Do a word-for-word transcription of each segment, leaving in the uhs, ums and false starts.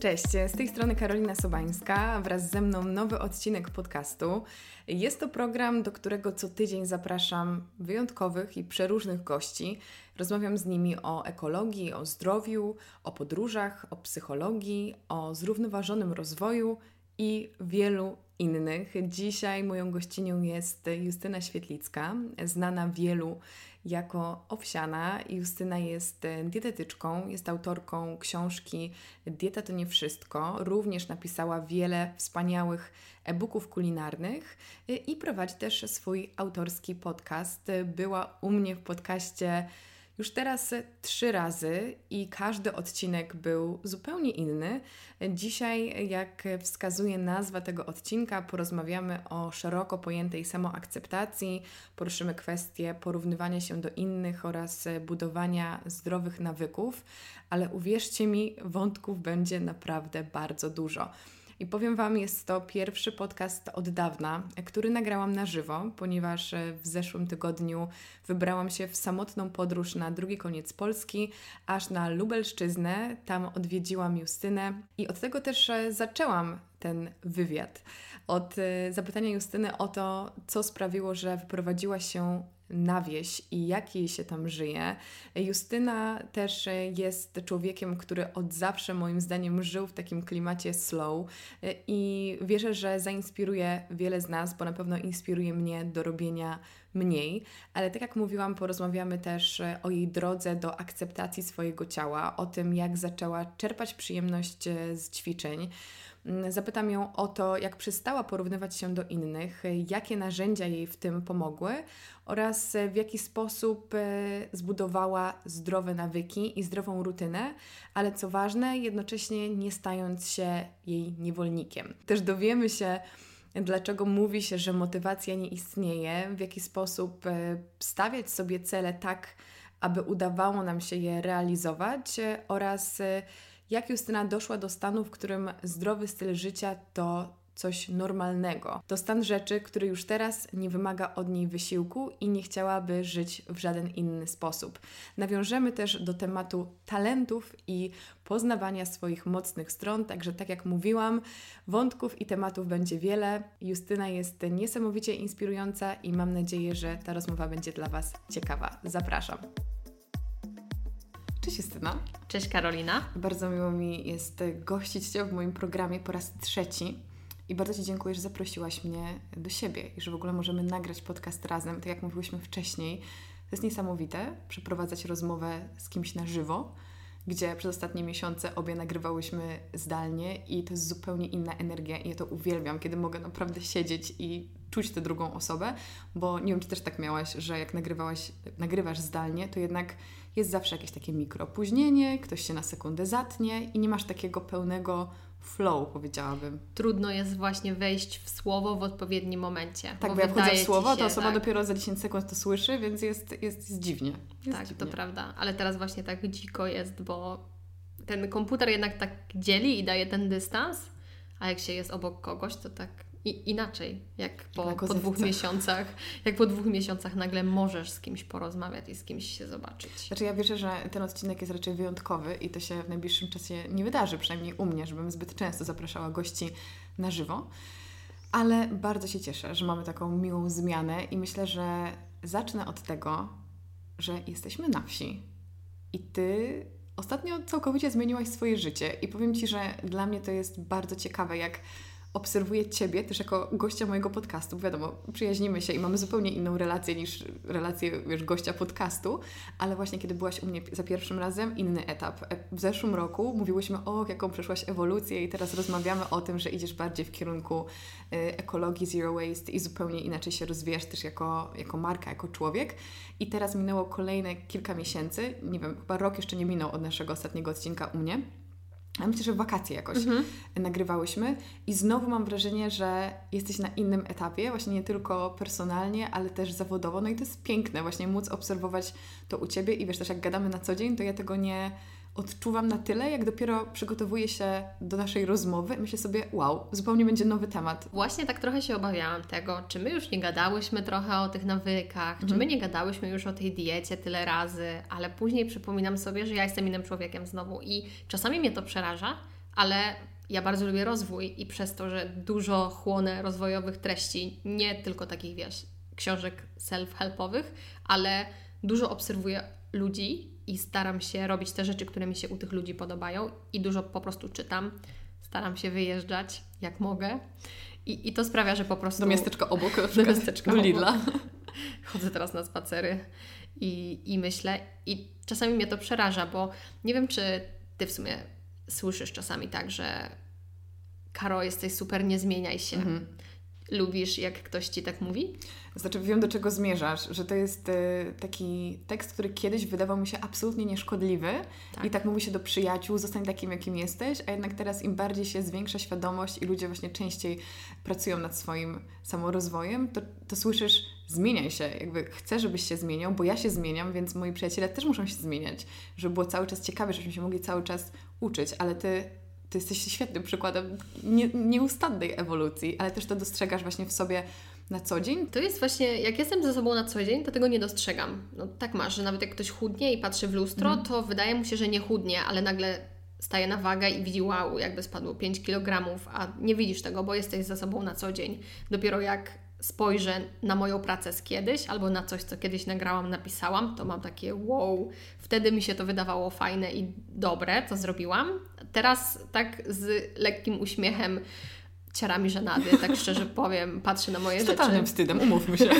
Cześć, z tej strony Karolina Sobańska, wraz ze mną nowy odcinek podcastu. Jest to program, do którego co tydzień zapraszam wyjątkowych i przeróżnych gości. Rozmawiam z nimi o ekologii, o zdrowiu, o podróżach, o psychologii, o zrównoważonym rozwoju i wielu innych. Dzisiaj moją gościnią jest Justyna Świetlicka, znana wielu jako Owsiana. Justyna jest dietetyczką, jest autorką książki Dieta to nie wszystko. Również napisała wiele wspaniałych e-booków kulinarnych i prowadzi też swój autorski podcast. Była u mnie w podcaście już teraz trzy razy i każdy odcinek był zupełnie inny. Dzisiaj, jak wskazuje nazwa tego odcinka, porozmawiamy o szeroko pojętej samoakceptacji, poruszymy kwestię porównywania się do innych oraz budowania zdrowych nawyków, ale uwierzcie mi, wątków będzie naprawdę bardzo dużo. I powiem Wam, jest to pierwszy podcast od dawna, który nagrałam na żywo, ponieważ w zeszłym tygodniu wybrałam się w samotną podróż na drugi koniec Polski, aż na Lubelszczyznę. Tam odwiedziłam Justynę i od tego też zaczęłam ten wywiad. Od zapytania Justyny o to, co sprawiło, że wyprowadziła się na wieś i jak jej się tam żyje. Justyna też jest człowiekiem, który od zawsze moim zdaniem żył w takim klimacie slow i wierzę, że zainspiruje wiele z nas, bo na pewno inspiruje mnie do robienia mniej, ale tak jak mówiłam, porozmawiamy też o jej drodze do akceptacji swojego ciała, o tym, jak zaczęła czerpać przyjemność z ćwiczeń. Zapytam ją o to, jak przestała porównywać się do innych, jakie narzędzia jej w tym pomogły oraz w jaki sposób zbudowała zdrowe nawyki i zdrową rutynę, ale co ważne, jednocześnie nie stając się jej niewolnikiem. Też dowiemy się, dlaczego mówi się, że motywacja nie istnieje, w jaki sposób stawiać sobie cele tak, aby udawało nam się je realizować oraz jak Justyna doszła do stanu, w którym zdrowy styl życia to coś normalnego. To stan rzeczy, który już teraz nie wymaga od niej wysiłku i nie chciałaby żyć w żaden inny sposób. Nawiążemy też do tematu talentów i poznawania swoich mocnych stron, także tak jak mówiłam, wątków i tematów będzie wiele. Justyna jest niesamowicie inspirująca i mam nadzieję, że ta rozmowa będzie dla Was ciekawa. Zapraszam. Cześć Justyna. Cześć Karolina. Bardzo miło mi jest gościć Cię w moim programie po raz trzeci i bardzo Ci dziękuję, że zaprosiłaś mnie do siebie i że w ogóle możemy nagrać podcast razem, tak jak mówiłyśmy wcześniej. To jest niesamowite, przeprowadzać rozmowę z kimś na żywo, gdzie przez ostatnie miesiące obie nagrywałyśmy zdalnie i to jest zupełnie inna energia i ja to uwielbiam, kiedy mogę naprawdę siedzieć i czuć tę drugą osobę, bo nie wiem, czy też tak miałaś, że jak nagrywałaś, nagrywasz zdalnie, to jednak jest zawsze jakieś takie mikroopóźnienie, ktoś się na sekundę zatnie i nie masz takiego pełnego flow, powiedziałabym. Trudno jest właśnie wejść w słowo w odpowiednim momencie. Tak, bo, bo ja wchodzę w słowo, się, to osoba tak. dopiero za dziesięć sekund to słyszy, więc jest, jest, jest dziwnie. Jest tak, dziwnie. To prawda, ale teraz właśnie tak dziko jest, bo ten komputer jednak tak dzieli i daje ten dystans, a jak się jest obok kogoś, to tak i inaczej, jak po, po dwóch miesiącach, jak po dwóch miesiącach nagle możesz z kimś porozmawiać i z kimś się zobaczyć. Znaczy ja wierzę, że ten odcinek jest raczej wyjątkowy i to się w najbliższym czasie nie wydarzy, przynajmniej u mnie, żebym zbyt często zapraszała gości na żywo, ale bardzo się cieszę, że mamy taką miłą zmianę i myślę, że zacznę od tego, że jesteśmy na wsi i Ty ostatnio całkowicie zmieniłaś swoje życie i powiem Ci, że dla mnie to jest bardzo ciekawe, jak obserwuję Ciebie też jako gościa mojego podcastu. Wiadomo, przyjaźnimy się i mamy zupełnie inną relację niż relację, wiesz, gościa podcastu, ale właśnie kiedy byłaś u mnie za pierwszym razem, inny etap. W zeszłym roku mówiłyśmy, o, jaką przeszłaś ewolucję i teraz rozmawiamy o tym, że idziesz bardziej w kierunku y, ekologii, zero waste i zupełnie inaczej się rozwijasz też jako, jako marka, jako człowiek. I teraz minęło kolejne kilka miesięcy, nie wiem, chyba rok jeszcze nie minął od naszego ostatniego odcinka u mnie. Ja myślę, że w wakacje jakoś mhm. nagrywałyśmy i znowu mam wrażenie, że jesteś na innym etapie, właśnie nie tylko personalnie, ale też zawodowo. No i to jest piękne właśnie móc obserwować to u Ciebie i wiesz, też jak gadamy na co dzień, to ja tego nie odczuwam na tyle, jak dopiero przygotowuję się do naszej rozmowy. Myślę sobie, wow, zupełnie będzie nowy temat. Właśnie tak trochę się obawiałam tego, czy my już nie gadałyśmy trochę o tych nawykach, mhm. czy my nie gadałyśmy już o tej diecie tyle razy, ale później przypominam sobie, że ja jestem innym człowiekiem znowu i czasami mnie to przeraża, ale ja bardzo lubię rozwój i przez to, że dużo chłonę rozwojowych treści, nie tylko takich, wiesz, książek self-helpowych, ale dużo obserwuję ludzi i staram się robić te rzeczy, które mi się u tych ludzi podobają i dużo po prostu czytam. Staram się wyjeżdżać, jak mogę. I, i to sprawia, że po prostu... Do miasteczka obok, do miasteczka do Lidla. Obok. Chodzę teraz na spacery i, i myślę. I czasami mnie to przeraża, bo nie wiem, czy Ty w sumie słyszysz czasami tak, że Karo, jesteś super, nie zmieniaj się. Mhm. Lubisz, jak ktoś Ci tak mówi? Znaczy wiem, do czego zmierzasz, że to jest y, taki tekst, który kiedyś wydawał mi się absolutnie nieszkodliwy tak. I tak mówi się do przyjaciół, zostań takim, jakim jesteś, a jednak teraz im bardziej się zwiększa świadomość i ludzie właśnie częściej pracują nad swoim samorozwojem, to, to słyszysz, zmieniaj się, jakby chcę, żebyś się zmieniał, bo ja się zmieniam, więc moi przyjaciele też muszą się zmieniać, żeby było cały czas ciekawe, żebyśmy się mogli cały czas uczyć, ale Ty... Ty jesteś świetnym przykładem nie, nieustannej ewolucji, ale też to dostrzegasz właśnie w sobie na co dzień. To jest właśnie, jak jestem ze sobą na co dzień, to tego nie dostrzegam. No tak masz, że nawet jak ktoś chudnie i patrzy w lustro, mm. to wydaje mu się, że nie chudnie, ale nagle staje na wagę i widzi, wow, jakby spadło pięć kilogramów, a nie widzisz tego, bo jesteś ze sobą na co dzień. Dopiero jak spojrzę na moją pracę z kiedyś albo na coś, co kiedyś nagrałam, napisałam, to mam takie wow, wtedy mi się to wydawało fajne i dobre, co zrobiłam. Teraz tak z lekkim uśmiechem ciara mi żenady, tak szczerze powiem, patrzę na moje z rzeczy. Z totalnym wstydem, umówmy się.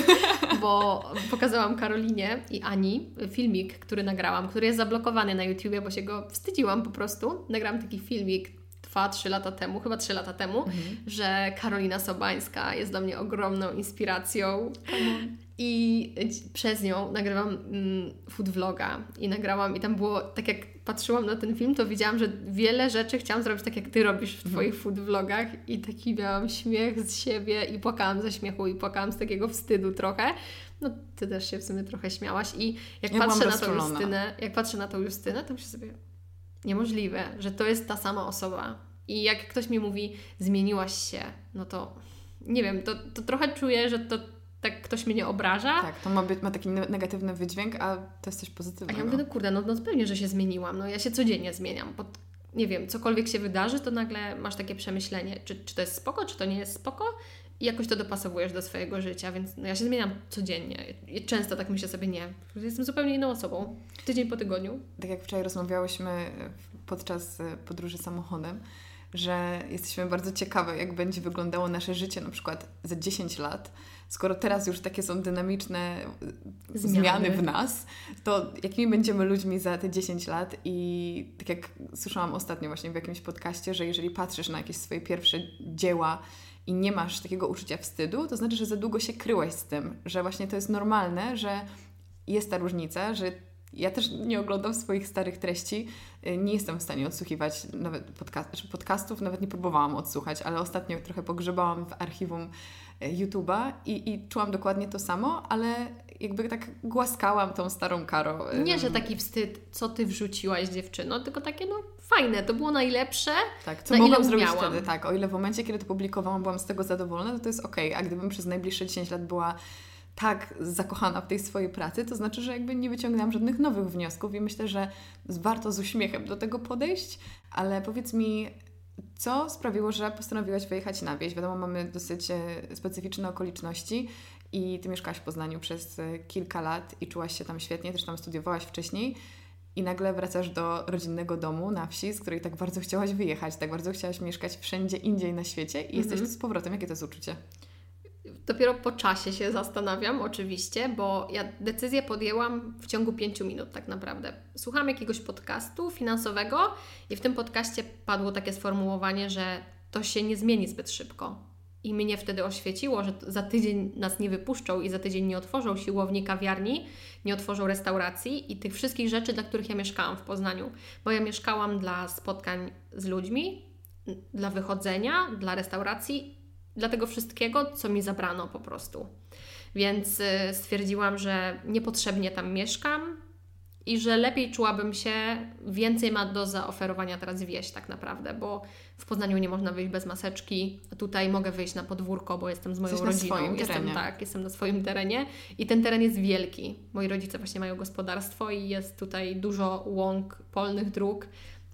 Bo pokazałam Karolinie i Ani filmik, który nagrałam, który jest zablokowany na YouTubie, bo się go wstydziłam po prostu. Nagrałam taki filmik dwa, trzy lata temu, chyba trzy lata temu, mhm. że Karolina Sobańska jest dla mnie ogromną inspiracją. Mhm. I przez nią nagrywam mm, food vloga i nagrałam i tam było, tak jak patrzyłam na ten film, to widziałam, że wiele rzeczy chciałam zrobić tak, jak Ty robisz w Twoich food vlogach i taki miałam śmiech z siebie i płakałam ze śmiechu i płakałam z takiego wstydu trochę. No Ty też się w sumie trochę śmiałaś i jak ja patrzę na tą Justynę, jak patrzę na tą Justynę, to myślę sobie, niemożliwe, że to jest ta sama osoba. I jak ktoś mi mówi, zmieniłaś się, no to nie wiem, to, to trochę czuję, że to tak ktoś mnie nie obraża. Tak, to ma, być, ma taki negatywny wydźwięk, a to jest coś pozytywnego. A ja mówię, no kurde, no, no pewnie, że się zmieniłam. No ja się codziennie zmieniam. Bo, nie wiem, cokolwiek się wydarzy, to nagle masz takie przemyślenie, czy, czy to jest spoko, czy to nie jest spoko i jakoś to dopasowujesz do swojego życia, więc no ja się zmieniam codziennie. I często tak myślę sobie, nie, jestem zupełnie inną osobą. Tydzień po tygodniu. Tak jak wczoraj rozmawiałyśmy podczas podróży samochodem, że jesteśmy bardzo ciekawe, jak będzie wyglądało nasze życie na przykład za dziesięć lat. Skoro teraz już takie są dynamiczne zmiany, zmiany w nas, to jakimi będziemy ludźmi za te dziesięć lat? I tak jak słyszałam ostatnio właśnie w jakimś podcaście, że jeżeli patrzysz na jakieś swoje pierwsze dzieła i nie masz takiego uczucia wstydu, to znaczy, że za długo się kryłeś z tym, że właśnie to jest normalne, że jest ta różnica, że ja też nie oglądam swoich starych treści, nie jestem w stanie odsłuchiwać nawet podca- podcastów, nawet nie próbowałam odsłuchać, ale ostatnio trochę pogrzebałam w archiwum YouTube'a i, i czułam dokładnie to samo, ale jakby tak głaskałam tą starą Karo. Nie, że taki wstyd, co Ty wrzuciłaś, dziewczyno, tylko takie, no fajne, to było najlepsze, tak, co na mogłam ile zrobić umiałam. wtedy, tak, o ile w momencie, kiedy to publikowałam, byłam z tego zadowolona, to to jest okej, okay. A gdybym przez najbliższe dziesięć lat była tak zakochana w tej swojej pracy, to znaczy, że jakby nie wyciągnęłam żadnych nowych wniosków i myślę, że warto z uśmiechem do tego podejść, ale powiedz mi, co sprawiło, że postanowiłaś wyjechać na wieś? Wiadomo, mamy dosyć specyficzne okoliczności i Ty mieszkałaś w Poznaniu przez kilka lat i czułaś się tam świetnie, też tam studiowałaś wcześniej i nagle wracasz do rodzinnego domu na wsi, z której tak bardzo chciałaś wyjechać, tak bardzo chciałaś mieszkać wszędzie indziej na świecie i jesteś tu z powrotem. Jakie to jest uczucie? Dopiero po czasie się zastanawiam, oczywiście, bo ja decyzję podjęłam w ciągu pięciu minut tak naprawdę. Słuchałam jakiegoś podcastu finansowego i w tym podcaście padło takie sformułowanie, że to się nie zmieni zbyt szybko. I mnie wtedy oświeciło, że za tydzień nas nie wypuszczą i za tydzień nie otworzą siłowni, kawiarni, nie otworzą restauracji i tych wszystkich rzeczy, dla których ja mieszkałam w Poznaniu. Bo ja mieszkałam dla spotkań z ludźmi, dla wychodzenia, dla restauracji, dla tego wszystkiego, co mi zabrano po prostu. Więc stwierdziłam, że niepotrzebnie tam mieszkam i że lepiej czułabym się, więcej ma do zaoferowania teraz wieś tak naprawdę, bo w Poznaniu nie można wyjść bez maseczki, a tutaj mogę wyjść na podwórko, bo jestem z moją Jesteś rodziną. Na swoim jestem terenie. tak, jestem na swoim terenie i ten teren jest wielki. Moi rodzice właśnie mają gospodarstwo i jest tutaj dużo łąk, polnych dróg,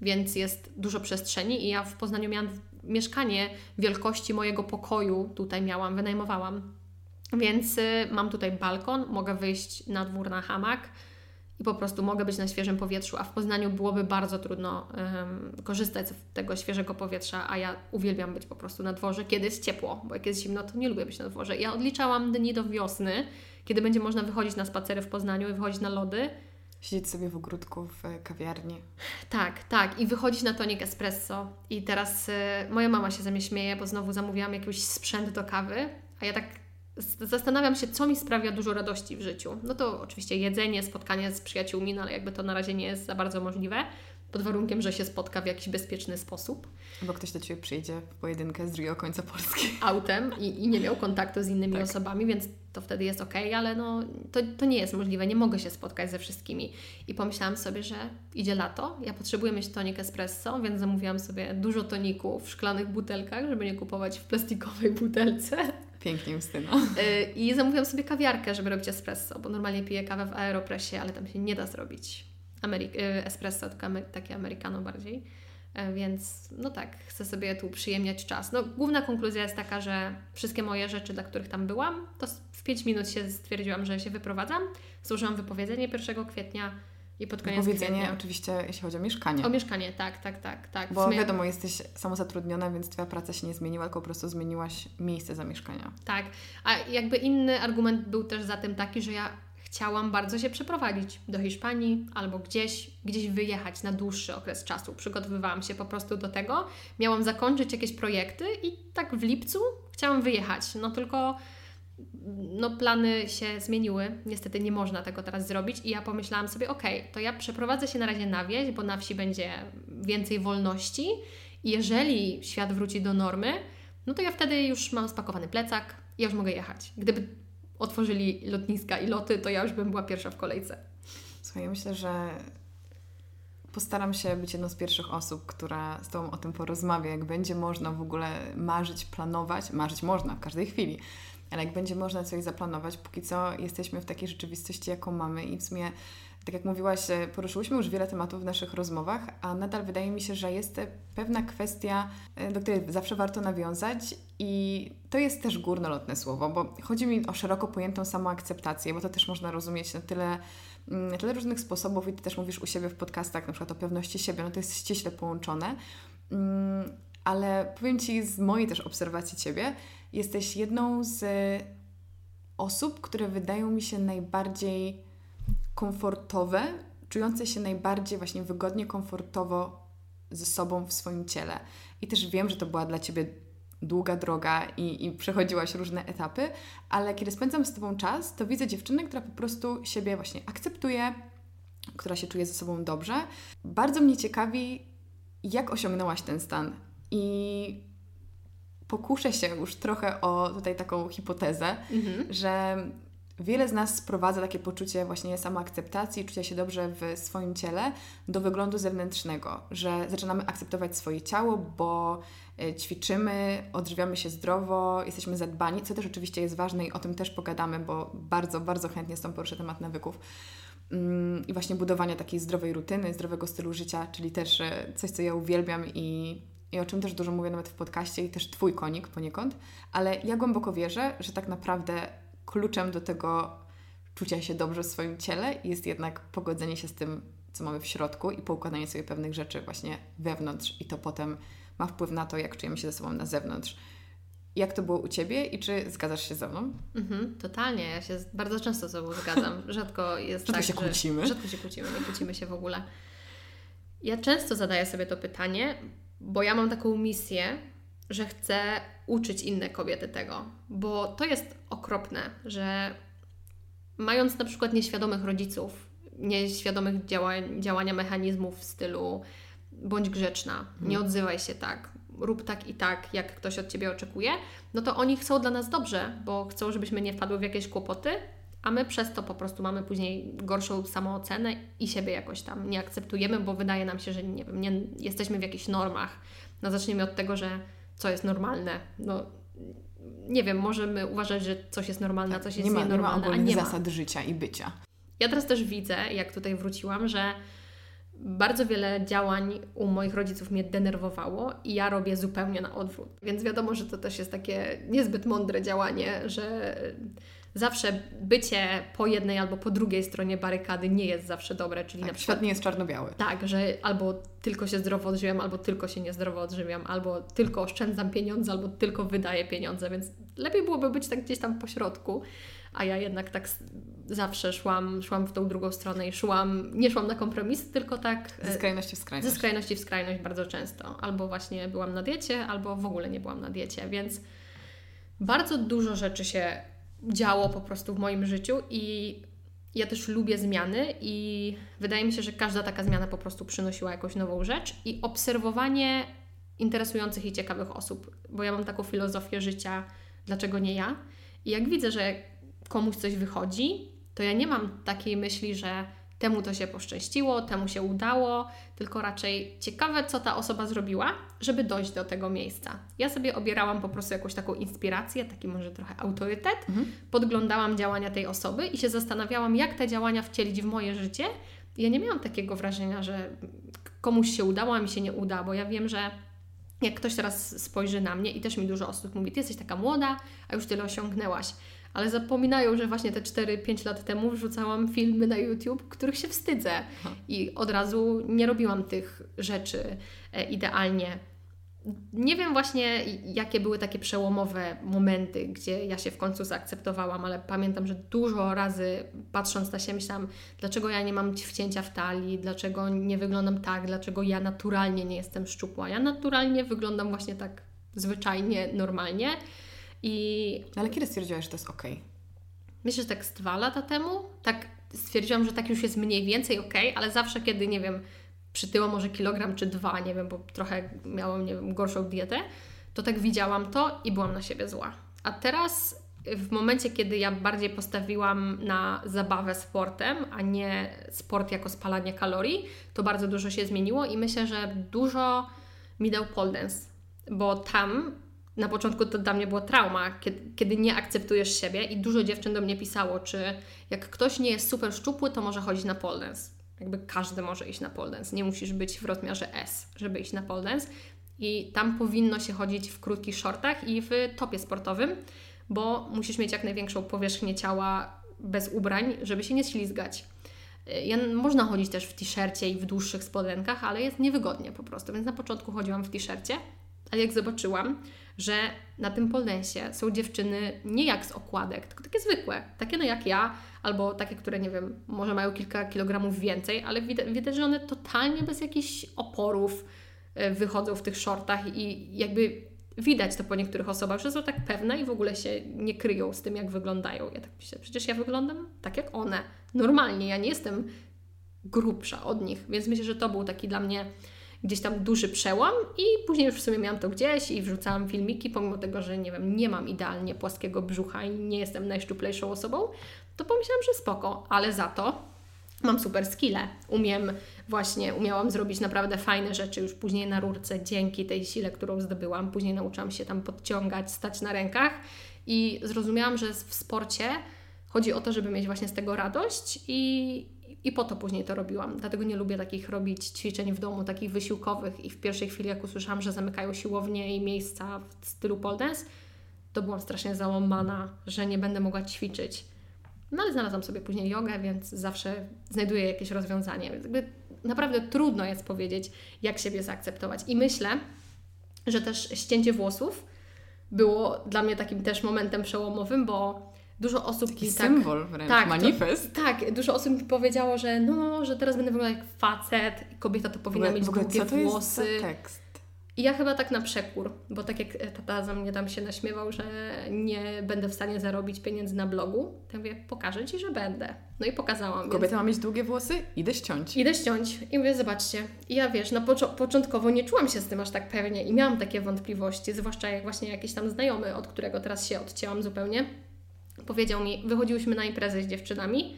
więc jest dużo przestrzeni i ja w Poznaniu miałam mieszkanie wielkości mojego pokoju, tutaj miałam, wynajmowałam. Więc y, mam tutaj balkon, mogę wyjść na dwór na hamak i po prostu mogę być na świeżym powietrzu, a w Poznaniu byłoby bardzo trudno um, korzystać z tego świeżego powietrza, a ja uwielbiam być po prostu na dworze, kiedy jest ciepło, bo jak jest zimno, to nie lubię być na dworze. Ja odliczałam dni do wiosny, kiedy będzie można wychodzić na spacery w Poznaniu i wychodzić na lody. Siedzieć sobie w ogródku, w kawiarni. Tak, tak. I wychodzić na tonik espresso. I teraz y, moja mama się ze mnie śmieje, bo znowu zamówiłam jakiś sprzęt do kawy, a ja tak zastanawiam się, co mi sprawia dużo radości w życiu. No to oczywiście jedzenie, spotkanie z przyjaciółmi, no ale jakby to na razie nie jest za bardzo możliwe, pod warunkiem, że się spotka w jakiś bezpieczny sposób. Bo ktoś do Ciebie przyjdzie w pojedynkę z drugiego końca Polski. Autem i, i nie miał kontaktu z innymi tak. osobami, więc to wtedy jest okej, okay, ale no to, to nie jest możliwe, nie mogę się spotkać ze wszystkimi. I pomyślałam sobie, że idzie lato, ja potrzebuję mieć tonik espresso, więc zamówiłam sobie dużo toników w szklanych butelkach, żeby nie kupować w plastikowej butelce. Pięknie, Justyna. I zamówiłam sobie kawiarkę, żeby robić espresso, bo normalnie piję kawę w Aeropressie, ale tam się nie da zrobić Amery- espresso, tylko amer- takie americano bardziej. Więc no tak, chcę sobie tu przyjemniać czas. No główna konkluzja jest taka, że wszystkie moje rzeczy, dla których tam byłam, to w pięć minut się stwierdziłam, że się wyprowadzam. Złożyłam wypowiedzenie pierwszego kwietnia i pod koniec wypowiedzenie kwietnia... oczywiście, jeśli chodzi o mieszkanie. O mieszkanie, tak, tak, tak. tak. Bo sumie... wiadomo, jesteś samozatrudniona, więc Twoja praca się nie zmieniła, tylko po prostu zmieniłaś miejsce zamieszkania. Tak, a jakby inny argument był też za tym taki, że ja chciałam bardzo się przeprowadzić do Hiszpanii albo gdzieś, gdzieś wyjechać na dłuższy okres czasu. Przygotowywałam się po prostu do tego. Miałam zakończyć jakieś projekty i tak w lipcu chciałam wyjechać. No tylko no, plany się zmieniły. Niestety nie można tego teraz zrobić i ja pomyślałam sobie, okej, okay, to ja przeprowadzę się na razie na wieś, bo na wsi będzie więcej wolności i jeżeli świat wróci do normy, no to ja wtedy już mam spakowany plecak i ja już mogę jechać. Gdyby otworzyli lotniska i loty, to ja już bym była pierwsza w kolejce. Słuchaj, ja myślę, że postaram się być jedną z pierwszych osób, która z Tobą o tym porozmawia, jak będzie można w ogóle marzyć, planować. Marzyć można w każdej chwili, ale jak będzie można coś zaplanować, póki co jesteśmy w takiej rzeczywistości, jaką mamy i w sumie, tak jak mówiłaś, poruszyłyśmy już wiele tematów w naszych rozmowach, a nadal wydaje mi się, że jest pewna kwestia, do której zawsze warto nawiązać i to jest też górnolotne słowo, bo chodzi mi o szeroko pojętą samoakceptację, bo to też można rozumieć na tyle, na tyle różnych sposobów i Ty też mówisz u siebie w podcastach, na przykład o pewności siebie, no to jest ściśle połączone, ale powiem Ci z mojej też obserwacji Ciebie, jesteś jedną z osób, które wydają mi się najbardziej komfortowe, czujące się najbardziej właśnie wygodnie, komfortowo ze sobą w swoim ciele. I też wiem, że to była dla Ciebie długa droga i, i przechodziłaś różne etapy, ale kiedy spędzam z Tobą czas, to widzę dziewczynę, która po prostu siebie właśnie akceptuje, która się czuje ze sobą dobrze. Bardzo mnie ciekawi, jak osiągnęłaś ten stan i pokuszę się już trochę o tutaj taką hipotezę, mhm. że wiele z nas sprowadza takie poczucie właśnie samoakceptacji, czucia się dobrze w swoim ciele do wyglądu zewnętrznego, że zaczynamy akceptować swoje ciało, bo ćwiczymy, odżywiamy się zdrowo, jesteśmy zadbani, co też oczywiście jest ważne i o tym też pogadamy, bo bardzo, bardzo chętnie z Tobą poruszę temat nawyków i właśnie budowania takiej zdrowej rutyny, zdrowego stylu życia, czyli też coś, co ja uwielbiam i i o czym też dużo mówię nawet w podcaście i też Twój konik poniekąd, ale ja głęboko wierzę, że tak naprawdę kluczem do tego czucia się dobrze w swoim ciele jest jednak pogodzenie się z tym, co mamy w środku i poukładanie sobie pewnych rzeczy właśnie wewnątrz i to potem ma wpływ na to, jak czujemy się ze sobą na zewnątrz. Jak to było u Ciebie i czy zgadzasz się ze mną? Mhm, totalnie. Ja się bardzo często z Tobą zgadzam. Rzadko jest rzadko tak, się kłócimy. Że, rzadko się kłócimy, nie kłócimy się w ogóle. Ja często zadaję sobie to pytanie, bo ja mam taką misję, że chcę uczyć inne kobiety tego, bo to jest okropne, że mając na przykład nieświadomych rodziców, nieświadomych działa- działania mechanizmów w stylu bądź grzeczna, hmm. nie odzywaj się tak, rób tak i tak, jak ktoś od Ciebie oczekuje, no to oni chcą dla nas dobrze, bo chcą, żebyśmy nie wpadły w jakieś kłopoty, a my przez to po prostu mamy później gorszą samoocenę i siebie jakoś tam nie akceptujemy, bo wydaje nam się, że nie wiem, nie, jesteśmy w jakichś normach. No zacznijmy od tego, że co jest normalne. No nie wiem, możemy uważać, że coś jest normalne, a coś jest nie ma, nienormalne, nie ma a nie zasad ma. życia i bycia. Ja teraz też widzę, jak tutaj wróciłam, że bardzo wiele działań u moich rodziców mnie denerwowało i ja robię zupełnie na odwrót. Więc wiadomo, że to też jest takie niezbyt mądre działanie, że zawsze bycie po jednej albo po drugiej stronie barykady nie jest zawsze dobre. Czyli tak, na przykład świat nie jest czarno-biały. Tak, że albo tylko się zdrowo odżywiam, albo tylko się niezdrowo odżywiam, albo tylko oszczędzam pieniądze, albo tylko wydaję pieniądze, więc lepiej byłoby być tak gdzieś tam po środku. A ja jednak tak zawsze szłam, szłam w tą drugą stronę i szłam, nie szłam na kompromis, tylko tak... Ze skrajności w skrajność. Ze skrajności w skrajność bardzo często. Albo właśnie byłam na diecie, albo w ogóle nie byłam na diecie, więc bardzo dużo rzeczy się działo po prostu w moim życiu i ja też lubię zmiany i wydaje mi się, że każda taka zmiana po prostu przynosiła jakąś nową rzecz i obserwowanie interesujących i ciekawych osób, bo ja mam taką filozofię życia, dlaczego nie ja? I jak widzę, że komuś coś wychodzi, to ja nie mam takiej myśli, że temu to się poszczęściło, temu się udało, tylko raczej ciekawe, co ta osoba zrobiła, żeby dojść do tego miejsca. Ja sobie obierałam po prostu jakąś taką inspirację, taki może trochę autorytet, mhm. podglądałam działania tej osoby i się zastanawiałam, jak te działania wcielić w moje życie. I ja nie miałam takiego wrażenia, że komuś się udało, a mi się nie uda, bo ja wiem, że jak ktoś teraz spojrzy na mnie i też mi dużo osób mówi, ty jesteś taka młoda, a już tyle osiągnęłaś. Ale zapominają, że właśnie te cztery pięć lat temu wrzucałam filmy na YouTube, których się wstydzę. I od razu nie robiłam tych rzeczy e, idealnie. Nie wiem właśnie, jakie były takie przełomowe momenty, gdzie ja się w końcu zaakceptowałam, ale pamiętam, że dużo razy patrząc na siebie myślałam, dlaczego ja nie mam wcięcia w talii, dlaczego nie wyglądam tak, dlaczego ja naturalnie nie jestem szczupła. Ja naturalnie wyglądam właśnie tak zwyczajnie, normalnie. I ale kiedy stwierdziłaś, że to jest okej? Okay? Myślę, że tak z dwa lata temu. Tak stwierdziłam, że tak już jest mniej więcej okej, okay, ale zawsze kiedy, nie wiem, przytyło może kilogram czy dwa, nie wiem, bo trochę miałam, nie wiem, gorszą dietę, to tak widziałam to i byłam na siebie zła. A teraz w momencie, kiedy ja bardziej postawiłam na zabawę sportem, a nie sport jako spalanie kalorii, to bardzo dużo się zmieniło i myślę, że dużo mi dał pole dance, bo tam na początku to dla mnie była trauma, kiedy, kiedy nie akceptujesz siebie i dużo dziewczyn do mnie pisało, czy jak ktoś nie jest super szczupły, to może chodzić na pole dance. Jakby każdy może iść na pole dance. Nie musisz być w rozmiarze S, żeby iść na pole dance. I tam powinno się chodzić w krótkich shortach i w topie sportowym, bo musisz mieć jak największą powierzchnię ciała bez ubrań, żeby się nie ślizgać. Ja, można chodzić też w t-shircie i w dłuższych spodenkach, ale jest niewygodnie po prostu. Więc na początku chodziłam w t-shircie, ale jak zobaczyłam, że na tym pole dance są dziewczyny nie jak z okładek, tylko takie zwykłe, takie no jak ja, albo takie, które nie wiem, może mają kilka kilogramów więcej, ale widać, widać, że one totalnie bez jakichś oporów wychodzą w tych shortach i jakby widać to po niektórych osobach, że są tak pewne i w ogóle się nie kryją z tym, jak wyglądają. Ja tak myślę, przecież ja wyglądam tak jak one, normalnie, ja nie jestem grubsza od nich, więc myślę, że to był taki dla mnie gdzieś tam duży przełom i później już w sumie miałam to gdzieś i wrzucałam filmiki, pomimo tego, że nie wiem, nie mam idealnie płaskiego brzucha i nie jestem najszczuplejszą osobą, to pomyślałam, że spoko, ale za to mam super skille. Umiem właśnie, umiałam zrobić naprawdę fajne rzeczy już później na rurce dzięki tej sile, którą zdobyłam. Później nauczyłam się tam podciągać, stać na rękach i zrozumiałam, że w sporcie chodzi o to, żeby mieć właśnie z tego radość i I po to później to robiłam. Dlatego nie lubię takich robić ćwiczeń w domu, takich wysiłkowych i w pierwszej chwili jak usłyszałam, że zamykają siłownie i miejsca w stylu pole dance, to byłam strasznie załamana, że nie będę mogła ćwiczyć. No ale znalazłam sobie później jogę, więc zawsze znajduję jakieś rozwiązanie. Jakby naprawdę trudno jest powiedzieć, jak siebie zaakceptować. I myślę, że też ścięcie włosów było dla mnie takim też momentem przełomowym, bo dużo osób taki mi symbol tak, wręcz, tak, manifest. To, tak, dużo osób mi powiedziało, że no, że teraz będę wyglądać jak facet, kobieta to powinna ogóle, mieć długie co to włosy. Jest za tekst? I ja chyba tak na przekór, bo tak jak tata za mnie tam się naśmiewał, że nie będę w stanie zarobić pieniędzy na blogu, to ja mówię, pokażę Ci, że będę. No i pokazałam. Kobieta więc ma mieć długie włosy? Idę ściąć. Idę ściąć. I mówię, zobaczcie. I ja wiesz, na pocz- początkowo nie czułam się z tym aż tak pewnie i miałam takie wątpliwości, zwłaszcza jak właśnie jakiś tam znajomy, od którego teraz się odcięłam zupełnie, powiedział mi, wychodziłyśmy na imprezę z dziewczynami,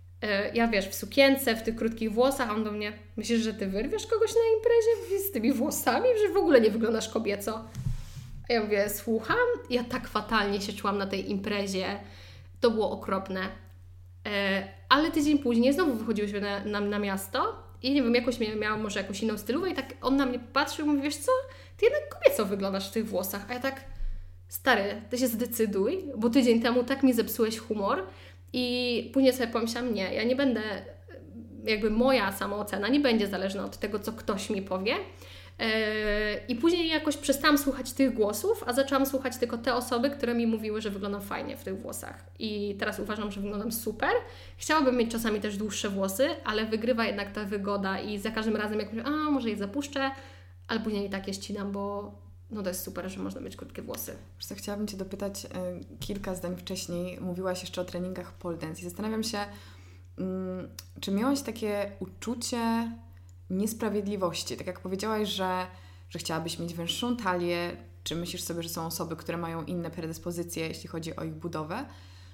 ja wiesz, w sukience, w tych krótkich włosach, a on do mnie, myślisz, że Ty wyrwiesz kogoś na imprezie z tymi włosami, że w ogóle nie wyglądasz kobieco? A ja mówię, słucham? Ja tak fatalnie się czułam na tej imprezie, to było okropne. Ale tydzień później znowu wychodziłyśmy na, na, na miasto i nie wiem, jakoś miałam może jakąś inną stylówę i tak on na mnie patrzył i mówi, wiesz co, ty jednak kobieco wyglądasz w tych włosach, a ja tak, stary, ty się zdecyduj, bo tydzień temu tak mi zepsułeś humor i później sobie pomyślałam, nie, ja nie będę, jakby moja samoocena nie będzie zależna od tego, co ktoś mi powie. I później jakoś przestałam słuchać tych głosów, a zaczęłam słuchać tylko te osoby, które mi mówiły, że wyglądam fajnie w tych włosach. I teraz uważam, że wyglądam super. Chciałabym mieć czasami też dłuższe włosy, ale wygrywa jednak ta wygoda i za każdym razem jak mówię, a może je zapuszczę, ale później i tak je ścinam, bo no to jest super, że można mieć krótkie włosy. Wiesz co, chciałabym Cię dopytać, y, kilka zdań wcześniej mówiłaś jeszcze o treningach pole dance i zastanawiam się, y, czy miałaś takie uczucie niesprawiedliwości? Tak jak powiedziałaś, że, że chciałabyś mieć węższą talię, czy myślisz sobie, że są osoby, które mają inne predyspozycje, jeśli chodzi o ich budowę,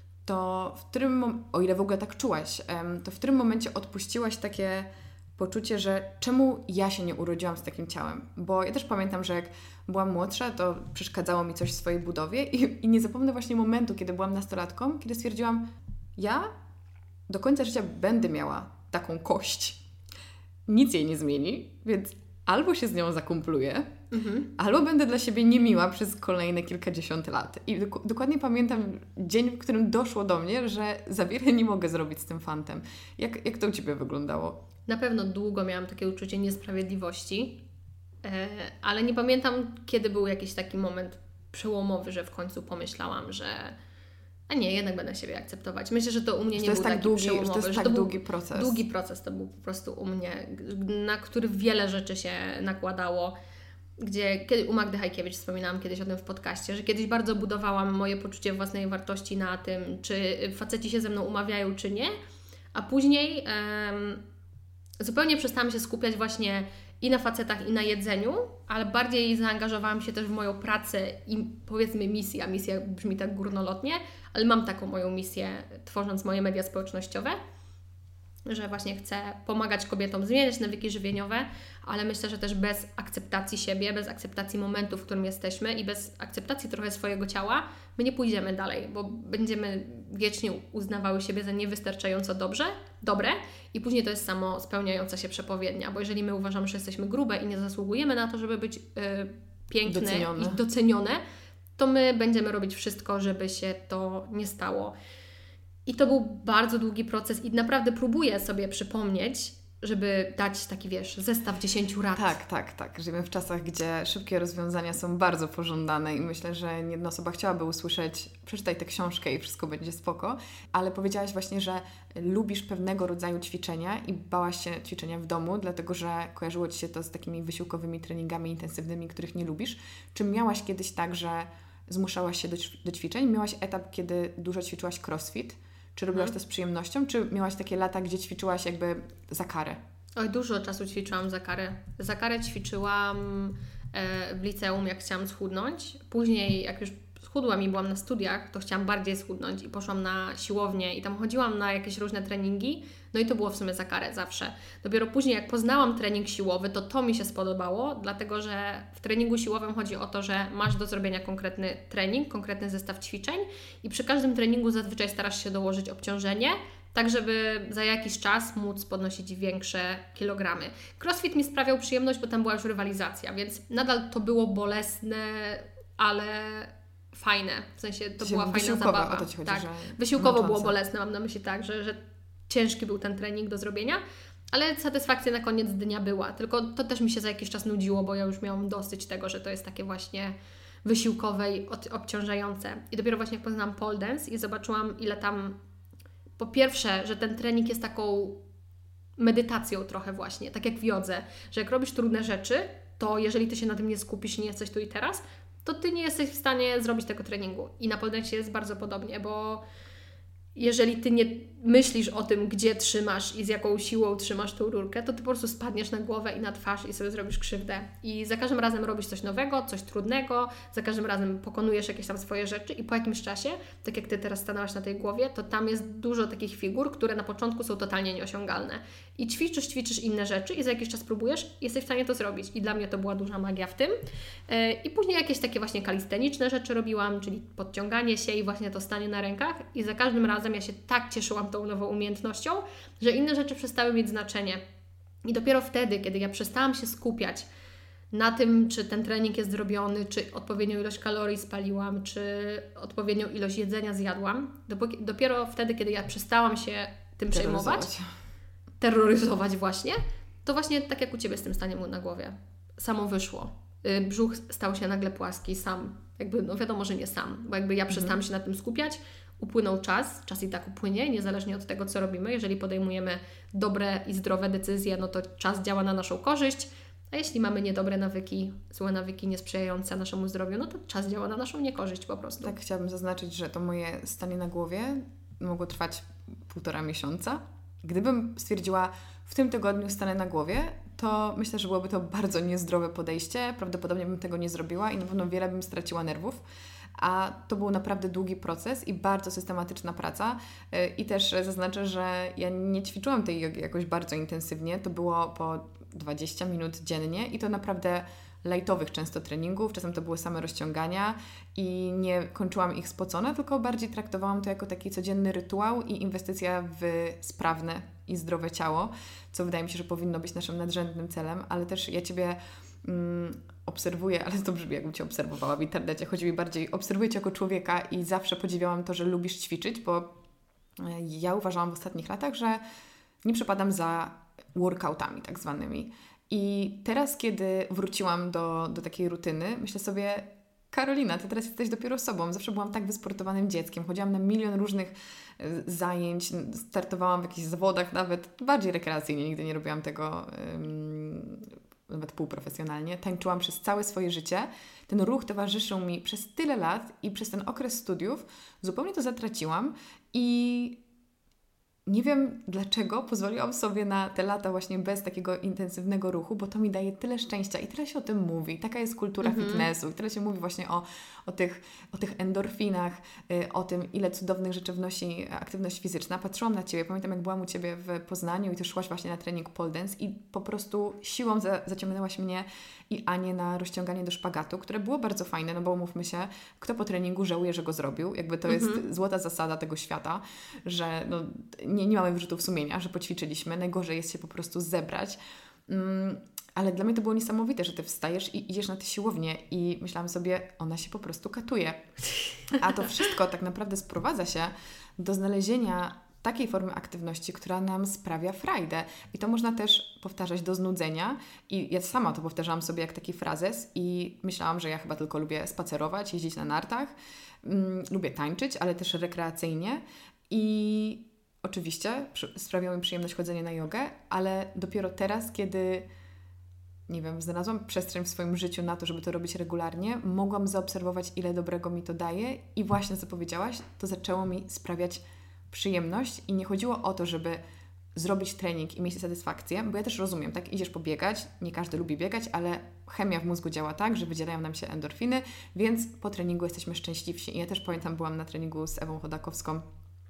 to w którym, o ile w ogóle tak czułaś, to w którym momencie odpuściłaś takie poczucie, że czemu ja się nie urodziłam z takim ciałem? Bo ja też pamiętam, że jak byłam młodsza, to przeszkadzało mi coś w swojej budowie i, i nie zapomnę właśnie momentu, kiedy byłam nastolatką, kiedy stwierdziłam, ja do końca życia będę miała taką kość. Nic jej nie zmieni, więc albo się z nią zakumpluję, mhm. albo będę dla siebie niemiła przez kolejne kilkadziesiąt lat. I dok- dokładnie pamiętam dzień, w którym doszło do mnie, że za wiele nie mogę zrobić z tym fantem. Jak, jak to u Ciebie wyglądało? Na pewno długo miałam takie uczucie niesprawiedliwości, e, ale nie pamiętam, kiedy był jakiś taki moment przełomowy, że w końcu pomyślałam, że a nie, jednak będę siebie akceptować. Myślę, że to u mnie nie to był tak taki długi, przełomowy. To jest że tak to długi był proces. Długi proces to był po prostu u mnie, na który wiele rzeczy się nakładało. Gdzie kiedy, u Magdy Hajkiewicz wspominałam kiedyś o tym w podcaście, że kiedyś bardzo budowałam moje poczucie własnej wartości na tym, czy faceci się ze mną umawiają, czy nie, a później em, zupełnie przestałam się skupiać właśnie i na facetach, i na jedzeniu, ale bardziej zaangażowałam się też w moją pracę i powiedzmy misję, a misja brzmi tak górnolotnie, ale mam taką moją misję, tworząc moje media społecznościowe, że właśnie chcę pomagać kobietom zmieniać nawyki żywieniowe, ale myślę, że też bez akceptacji siebie, bez akceptacji momentu, w którym jesteśmy i bez akceptacji trochę swojego ciała, my nie pójdziemy dalej, bo będziemy wiecznie uznawały siebie za niewystarczająco dobrze, dobre i później to jest samo spełniająca się przepowiednia, bo jeżeli my uważamy, że jesteśmy grube i nie zasługujemy na to, żeby być yy, piękne docenione. i docenione, to my będziemy robić wszystko, żeby się to nie stało. I to był bardzo długi proces i naprawdę próbuję sobie przypomnieć, żeby dać taki, wiesz, zestaw dziesięciu rad. Tak, tak, tak. Żyjemy w czasach, gdzie szybkie rozwiązania są bardzo pożądane i myślę, że nie jedna osoba chciałaby usłyszeć, przeczytaj tę książkę i wszystko będzie spoko, ale powiedziałaś właśnie, że lubisz pewnego rodzaju ćwiczenia i bałaś się ćwiczenia w domu, dlatego że kojarzyło Ci się to z takimi wysiłkowymi treningami intensywnymi, których nie lubisz. Czy miałaś kiedyś tak, że zmuszałaś się do, do ćwiczeń? Miałaś etap, kiedy dużo ćwiczyłaś crossfit? Czy robiłaś hmm. to z przyjemnością, czy miałaś takie lata, gdzie ćwiczyłaś jakby za karę? Oj, dużo czasu ćwiczyłam za karę. Za karę ćwiczyłam e, w liceum, jak chciałam schudnąć. Później, jak już schudłam i byłam na studiach, to chciałam bardziej schudnąć i poszłam na siłownię i tam chodziłam na jakieś różne treningi. No i to było w sumie za karę zawsze. Dopiero później, jak poznałam trening siłowy, to to mi się spodobało, dlatego że w treningu siłowym chodzi o to, że masz do zrobienia konkretny trening, konkretny zestaw ćwiczeń i przy każdym treningu zazwyczaj starasz się dołożyć obciążenie, tak żeby za jakiś czas móc podnosić większe kilogramy. Crossfit mi sprawiał przyjemność, bo tam była już rywalizacja, więc nadal to było bolesne, ale fajne. W sensie to była fajna zabawa. O to ci chodzi, tak. że Wysiłkowo męczące. było bolesne, mam na myśli tak, że, że ciężki był ten trening do zrobienia, ale satysfakcja na koniec dnia była. Tylko to też mi się za jakiś czas nudziło, bo ja już miałam dosyć tego, że to jest takie właśnie wysiłkowe i obciążające. I dopiero właśnie jak poznałam pole dance i zobaczyłam, ile tam po pierwsze, że ten trening jest taką medytacją trochę właśnie, tak jak w jodze, że jak robisz trudne rzeczy, to jeżeli Ty się na tym nie skupisz, nie jesteś tu i teraz, to Ty nie jesteś w stanie zrobić tego treningu. I na pole dance jest bardzo podobnie, bo jeżeli Ty nie myślisz o tym, gdzie trzymasz i z jaką siłą trzymasz tą rurkę, to Ty po prostu spadniesz na głowę i na twarz i sobie zrobisz krzywdę. I za każdym razem robisz coś nowego, coś trudnego, za każdym razem pokonujesz jakieś tam swoje rzeczy i po jakimś czasie, tak jak Ty teraz stanęłaś na tej głowie, to tam jest dużo takich figur, które na początku są totalnie nieosiągalne. I ćwiczysz, ćwiczysz inne rzeczy i za jakiś czas próbujesz i jesteś w stanie to zrobić. I dla mnie to była duża magia w tym. I później jakieś takie właśnie kalisteniczne rzeczy robiłam, czyli podciąganie się i właśnie to stanie na rękach i za każdym razem ja się tak cieszyłam tą nową umiejętnością, że inne rzeczy przestały mieć znaczenie. I dopiero wtedy, kiedy ja przestałam się skupiać na tym, czy ten trening jest zrobiony, czy odpowiednią ilość kalorii spaliłam, czy odpowiednią ilość jedzenia zjadłam, dopóki, dopiero wtedy, kiedy ja przestałam się tym przejmować, terroryzować właśnie, to właśnie tak jak u Ciebie z tym staniem na głowie, samo wyszło. Brzuch stał się nagle płaski sam. Jakby, no wiadomo, że nie sam, bo jakby ja przestałam mhm. się na tym skupiać, upłynął czas, czas i tak upłynie, niezależnie od tego, co robimy. Jeżeli podejmujemy dobre i zdrowe decyzje, no to czas działa na naszą korzyść, a jeśli mamy niedobre nawyki, złe nawyki niesprzyjające naszemu zdrowiu, no to czas działa na naszą niekorzyść po prostu. Tak, chciałabym zaznaczyć, że to moje stanie na głowie mogło trwać półtora miesiąca. Gdybym stwierdziła, w tym tygodniu stanę na głowie, to myślę, że byłoby to bardzo niezdrowe podejście. Prawdopodobnie bym tego nie zrobiła i na pewno wiele bym straciła nerwów. A to był naprawdę długi proces i bardzo systematyczna praca. I też zaznaczę, że ja nie ćwiczyłam tej jogi jakoś bardzo intensywnie. To było po dwadzieścia minut dziennie i to naprawdę lightowych często treningów. Czasem to były same rozciągania i nie kończyłam ich spocona, tylko bardziej traktowałam to jako taki codzienny rytuał i inwestycja w sprawne i zdrowe ciało, co wydaje mi się, że powinno być naszym nadrzędnym celem, ale też ja Ciebie mm, obserwuję, ale to brzmi jakbym Cię obserwowała w internecie. Chodzi mi bardziej, obserwuję Cię jako człowieka i zawsze podziwiałam to, że lubisz ćwiczyć, bo ja uważałam w ostatnich latach, że nie przepadam za workoutami tak zwanymi. I teraz, kiedy wróciłam do, do takiej rutyny, myślę sobie, Karolina, Ty teraz jesteś dopiero sobą. Zawsze byłam tak wysportowanym dzieckiem. Chodziłam na milion różnych zajęć, startowałam w jakichś zawodach, nawet bardziej rekreacyjnie. Nigdy nie robiłam tego um, nawet półprofesjonalnie. Tańczyłam przez całe swoje życie. Ten ruch towarzyszył mi przez tyle lat i przez ten okres studiów zupełnie to zatraciłam i nie wiem dlaczego pozwoliłam sobie na te lata właśnie bez takiego intensywnego ruchu, bo to mi daje tyle szczęścia i tyle się o tym mówi. Taka jest kultura mm-hmm. fitnessu i tyle się mówi właśnie o, o, tych, o tych endorfinach, y, o tym, ile cudownych rzeczy wnosi aktywność fizyczna. Patrzyłam na Ciebie, pamiętam jak byłam u Ciebie w Poznaniu i Ty szłaś właśnie na trening pole dance i po prostu siłą za, zaciągnęłaś mnie i Anię na rozciąganie do szpagatu, które było bardzo fajne, no bo umówmy się, kto po treningu żałuje, że go zrobił. Jakby to mm-hmm. jest złota zasada tego świata, że no, nie, nie mamy wyrzutów sumienia, że poćwiczyliśmy. Najgorzej jest się po prostu zebrać. Um, ale dla mnie to było niesamowite, że Ty wstajesz i idziesz na tę siłownię i myślałam sobie, ona się po prostu katuje. A to wszystko tak naprawdę sprowadza się do znalezienia takiej formy aktywności, która nam sprawia frajdę. I to można też powtarzać do znudzenia. I ja sama to powtarzałam sobie jak taki frazes i myślałam, że ja chyba tylko lubię spacerować, jeździć na nartach, um, lubię tańczyć, ale też rekreacyjnie. I oczywiście sprawiało mi przyjemność chodzenie na jogę, ale dopiero teraz, kiedy nie wiem, znalazłam przestrzeń w swoim życiu na to, żeby to robić regularnie, mogłam zaobserwować, ile dobrego mi to daje i właśnie, co powiedziałaś, to zaczęło mi sprawiać przyjemność i nie chodziło o to, żeby zrobić trening i mieć satysfakcję, bo ja też rozumiem, tak, idziesz pobiegać, nie każdy lubi biegać, ale chemia w mózgu działa tak, że wydzielają nam się endorfiny, więc po treningu jesteśmy szczęśliwsi. I ja też pamiętam, byłam na treningu z Ewą Chodakowską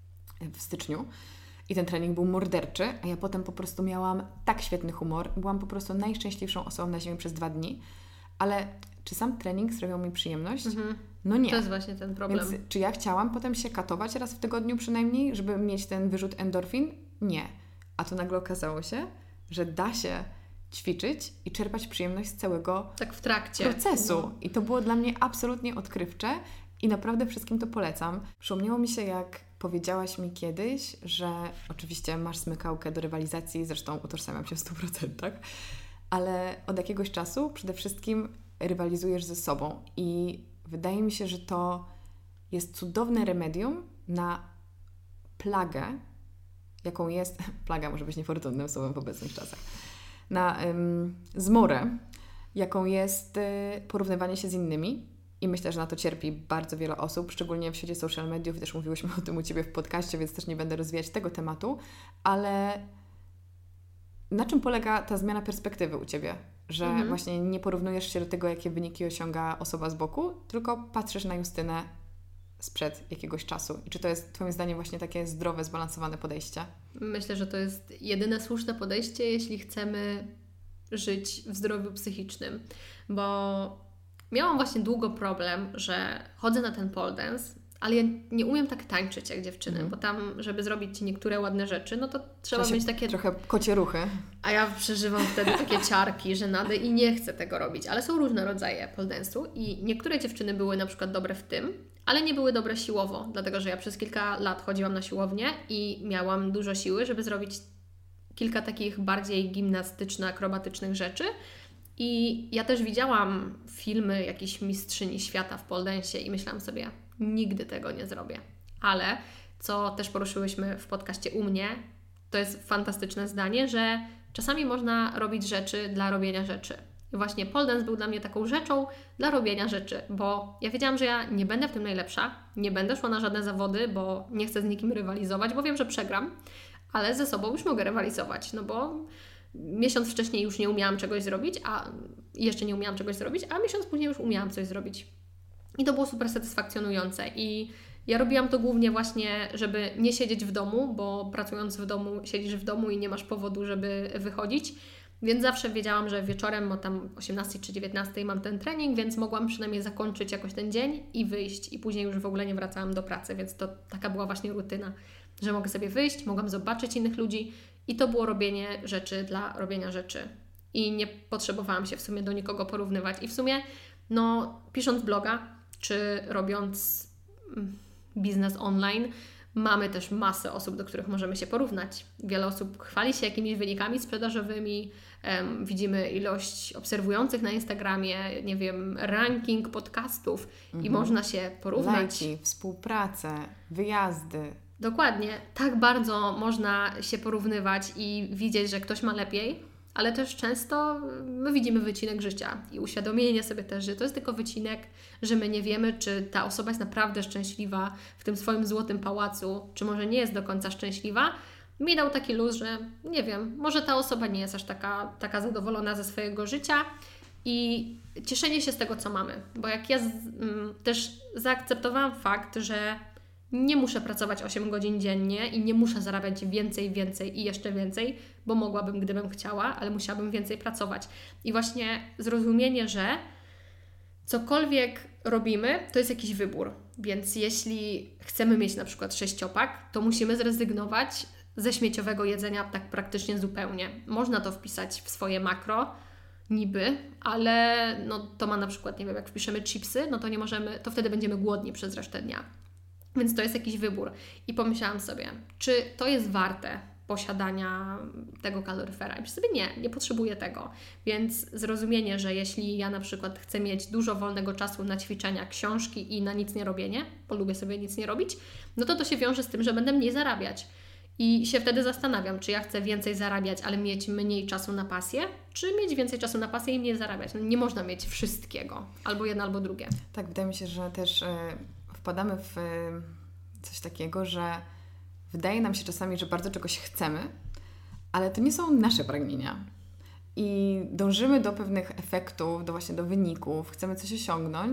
w styczniu i ten trening był morderczy, a ja potem po prostu miałam tak świetny humor, byłam po prostu najszczęśliwszą osobą na ziemi przez dwa dni, ale czy sam trening sprawiał mi przyjemność? Mhm. No nie. To jest właśnie ten problem. Więc czy ja chciałam potem się katować raz w tygodniu przynajmniej, żeby mieć ten wyrzut endorfin? Nie. A to nagle okazało się, że da się ćwiczyć i czerpać przyjemność z całego tak w trakcie procesu. No. I to było dla mnie absolutnie odkrywcze i naprawdę wszystkim to polecam. Przypomniało mi się, jak powiedziałaś mi kiedyś, że oczywiście masz smykałkę do rywalizacji, zresztą utożsamiam się w stu procentach, ale od jakiegoś czasu przede wszystkim rywalizujesz ze sobą i wydaje mi się, że to jest cudowne remedium na plagę, jaką jest, plaga może być niefortunnym słowem w obecnych czasach, na ym, zmorę, jaką jest y, porównywanie się z innymi. I myślę, że na to cierpi bardzo wiele osób, szczególnie w świecie social mediów. Też mówiłyśmy o tym u Ciebie w podcaście, więc też nie będę rozwijać tego tematu. Ale na czym polega ta zmiana perspektywy u Ciebie? Że mhm. właśnie nie porównujesz się do tego, jakie wyniki osiąga osoba z boku, tylko patrzysz na Justynę sprzed jakiegoś czasu. I czy to jest Twoim zdaniem właśnie takie zdrowe, zbalansowane podejście? Myślę, że to jest jedyne słuszne podejście, jeśli chcemy żyć w zdrowiu psychicznym. Bo miałam właśnie długo problem, że chodzę na ten pole dance, ale ja nie umiem tak tańczyć jak dziewczyny, mm. bo tam, żeby zrobić niektóre ładne rzeczy, no to trzeba mieć takie... Trochę kocie ruchy. A ja przeżywam wtedy takie ciarki, żenady i nie chcę tego robić, ale są różne rodzaje pole dance'u i niektóre dziewczyny były na przykład dobre w tym, ale nie były dobre siłowo, dlatego że ja przez kilka lat chodziłam na siłownię i miałam dużo siły, żeby zrobić kilka takich bardziej gimnastyczno-akrobatycznych rzeczy. I ja też widziałam filmy jakichś mistrzyni świata w pole dance'ie i myślałam sobie, nigdy tego nie zrobię. Ale, co też poruszyłyśmy w podcaście u mnie, to jest fantastyczne zdanie, że czasami można robić rzeczy dla robienia rzeczy. I właśnie pole dance był dla mnie taką rzeczą dla robienia rzeczy, bo ja wiedziałam, że ja nie będę w tym najlepsza, nie będę szła na żadne zawody, bo nie chcę z nikim rywalizować, bo wiem, że przegram, ale ze sobą już mogę rywalizować, no bo miesiąc wcześniej już nie umiałam czegoś zrobić, a jeszcze nie umiałam czegoś zrobić, a miesiąc później już umiałam coś zrobić. I to było super satysfakcjonujące i ja robiłam to głównie właśnie, żeby nie siedzieć w domu, bo pracując w domu siedzisz w domu i nie masz powodu, żeby wychodzić, więc zawsze wiedziałam, że wieczorem o tam osiemnastej czy dziewiętnastej mam ten trening, więc mogłam przynajmniej zakończyć jakoś ten dzień i wyjść i później już w ogóle nie wracałam do pracy, więc to taka była właśnie rutyna, że mogę sobie wyjść, mogłam zobaczyć innych ludzi i to było robienie rzeczy dla robienia rzeczy. I nie potrzebowałam się w sumie do nikogo porównywać. I w sumie, no, pisząc bloga, czy robiąc biznes online, mamy też masę osób, do których możemy się porównać. Wiele osób chwali się jakimiś wynikami sprzedażowymi, um, widzimy ilość obserwujących na Instagramie, nie wiem, ranking podcastów mhm. i można się porównać. Lajki, współpracę, wyjazdy. Dokładnie. Tak bardzo można się porównywać i widzieć, że ktoś ma lepiej, ale też często my widzimy wycinek życia i uświadomienie sobie też, że to jest tylko wycinek, że my nie wiemy, czy ta osoba jest naprawdę szczęśliwa w tym swoim złotym pałacu, czy może nie jest do końca szczęśliwa. Mi dał taki luz, że nie wiem, może ta osoba nie jest aż taka, taka zadowolona ze swojego życia i cieszenie się z tego, co mamy. Bo jak ja z, m, też zaakceptowałam fakt, że nie muszę pracować osiem godzin dziennie i nie muszę zarabiać więcej, więcej i jeszcze więcej, bo mogłabym, gdybym chciała, ale musiałabym więcej pracować. I właśnie zrozumienie, że cokolwiek robimy, to jest jakiś wybór. Więc jeśli chcemy mieć na przykład sześciopak, to musimy zrezygnować ze śmieciowego jedzenia tak praktycznie zupełnie. Można to wpisać w swoje makro, niby, ale no to ma na przykład, nie wiem, jak wpiszemy chipsy, no to nie możemy, to wtedy będziemy głodni przez resztę dnia. Więc to jest jakiś wybór. I pomyślałam sobie, czy to jest warte posiadania tego kaloryfera? I sobie nie, nie potrzebuję tego. Więc zrozumienie, że jeśli ja na przykład chcę mieć dużo wolnego czasu na ćwiczenia, książki i na nic nie robienie, bo lubię sobie nic nie robić, no to to się wiąże z tym, że będę mniej zarabiać. I się wtedy zastanawiam, czy ja chcę więcej zarabiać, ale mieć mniej czasu na pasję, czy mieć więcej czasu na pasję i mniej zarabiać. No nie można mieć wszystkiego. Albo jedno, albo drugie. Tak, wydaje mi się, że też... Yy... wpadamy w coś takiego, że wydaje nam się czasami, że bardzo czegoś chcemy, ale to nie są nasze pragnienia. I dążymy do pewnych efektów, do właśnie do wyników, chcemy coś osiągnąć,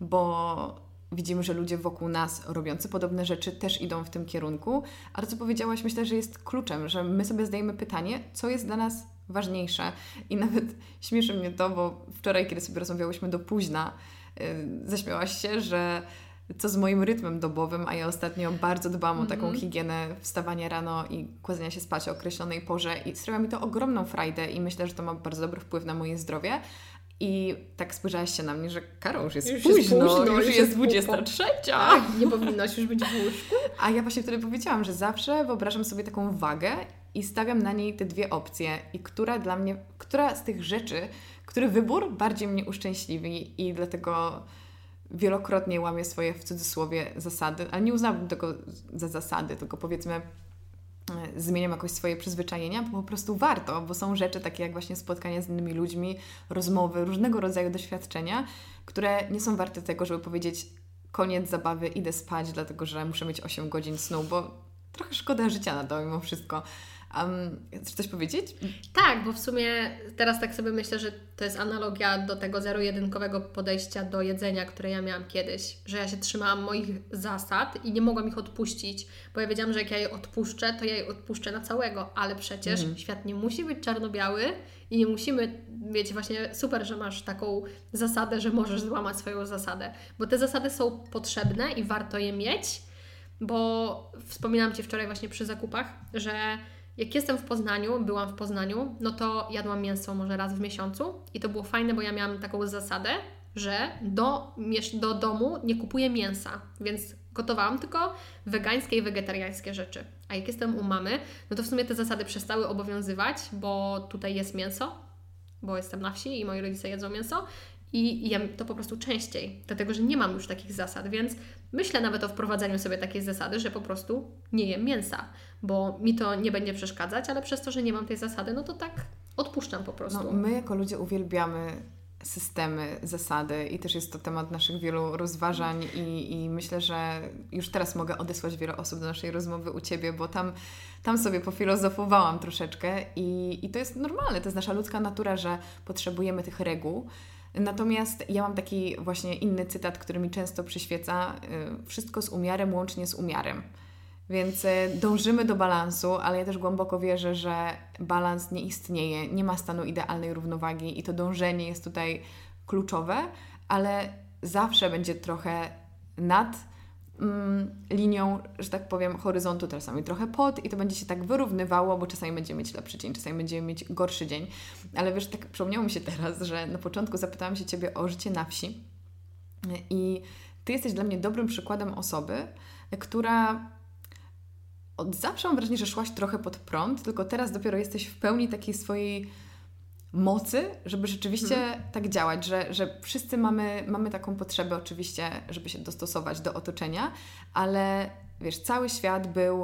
bo widzimy, że ludzie wokół nas robiący podobne rzeczy też idą w tym kierunku. A to, co powiedziałaś, myślę, że jest kluczem, że my sobie zadajemy pytanie, co jest dla nas ważniejsze. I nawet śmieszy mnie to, bo wczoraj, kiedy sobie rozmawiałyśmy do późna, yy, zaśmiałaś się, że co z moim rytmem dobowym, a ja ostatnio bardzo dbam mm-hmm. o taką higienę wstawania rano i kładzenia się spać o określonej porze i sprawia mi to ogromną frajdę i myślę, że to ma bardzo dobry wpływ na moje zdrowie. I tak spojrzałaś się na mnie, że Karo, już jest już późno, jest późno, już, już jest dwudziesta trzecia. Tak, nie powinnaś już być w łóżku. A ja właśnie wtedy powiedziałam, że zawsze wyobrażam sobie taką wagę i stawiam na niej te dwie opcje i która dla mnie, która z tych rzeczy, który wybór bardziej mnie uszczęśliwi i dlatego wielokrotnie łamię swoje, w cudzysłowie, zasady, ale nie uznałabym tego za zasady, tylko powiedzmy zmieniam jakoś swoje przyzwyczajenia, bo po prostu warto, bo są rzeczy takie jak właśnie spotkania z innymi ludźmi, rozmowy, różnego rodzaju doświadczenia, które nie są warte tego, żeby powiedzieć koniec zabawy, idę spać, dlatego że muszę mieć osiem godzin snu, bo trochę szkoda życia na to mimo wszystko. Um, chcesz coś powiedzieć? Tak, bo w sumie teraz tak sobie myślę, że to jest analogia do tego zero-jedynkowego podejścia do jedzenia, które ja miałam kiedyś, że ja się trzymałam moich zasad i nie mogłam ich odpuścić, bo ja wiedziałam, że jak ja je odpuszczę, to ja je odpuszczę na całego, ale przecież mm. świat nie musi być czarno-biały i nie musimy mieć właśnie super, że masz taką zasadę, że możesz złamać swoją zasadę, bo te zasady są potrzebne i warto je mieć, bo wspominałam Ci wczoraj właśnie przy zakupach, że jak jestem w Poznaniu, byłam w Poznaniu, no to jadłam mięso może raz w miesiącu i to było fajne, bo ja miałam taką zasadę, że do, do domu nie kupuję mięsa, więc gotowałam tylko wegańskie i wegetariańskie rzeczy. A jak jestem u mamy, no to w sumie te zasady przestały obowiązywać, bo tutaj jest mięso, bo jestem na wsi i moi rodzice jedzą mięso i jem to po prostu częściej, dlatego że nie mam już takich zasad, więc myślę nawet o wprowadzeniu sobie takiej zasady, że po prostu nie jem mięsa, bo mi to nie będzie przeszkadzać, ale przez to, że nie mam tej zasady, no to tak odpuszczam po prostu. No, my jako ludzie uwielbiamy systemy, zasady i też jest to temat naszych wielu rozważań i, i myślę, że już teraz mogę odesłać wiele osób do naszej rozmowy u Ciebie, bo tam, tam sobie pofilozofowałam troszeczkę i, i to jest normalne, to jest nasza ludzka natura, że potrzebujemy tych reguł. Natomiast ja mam taki właśnie inny cytat, który mi często przyświeca, wszystko z umiarem, łącznie z umiarem. Więc dążymy do balansu, ale ja też głęboko wierzę, że balans nie istnieje, nie ma stanu idealnej równowagi i to dążenie jest tutaj kluczowe, ale zawsze będzie trochę nad mm, linią, że tak powiem, horyzontu, czasami trochę pod i to będzie się tak wyrównywało, bo czasami będziemy mieć lepszy dzień, czasami będziemy mieć gorszy dzień. Ale wiesz, tak przypomniało mi się teraz, że na początku zapytałam się Ciebie o życie na wsi i Ty jesteś dla mnie dobrym przykładem osoby, która od zawsze mam wrażenie, że szłaś trochę pod prąd, tylko teraz dopiero jesteś w pełni takiej swojej mocy, żeby rzeczywiście hmm. tak działać, że, że wszyscy mamy, mamy taką potrzebę oczywiście, żeby się dostosować do otoczenia, ale wiesz, cały świat był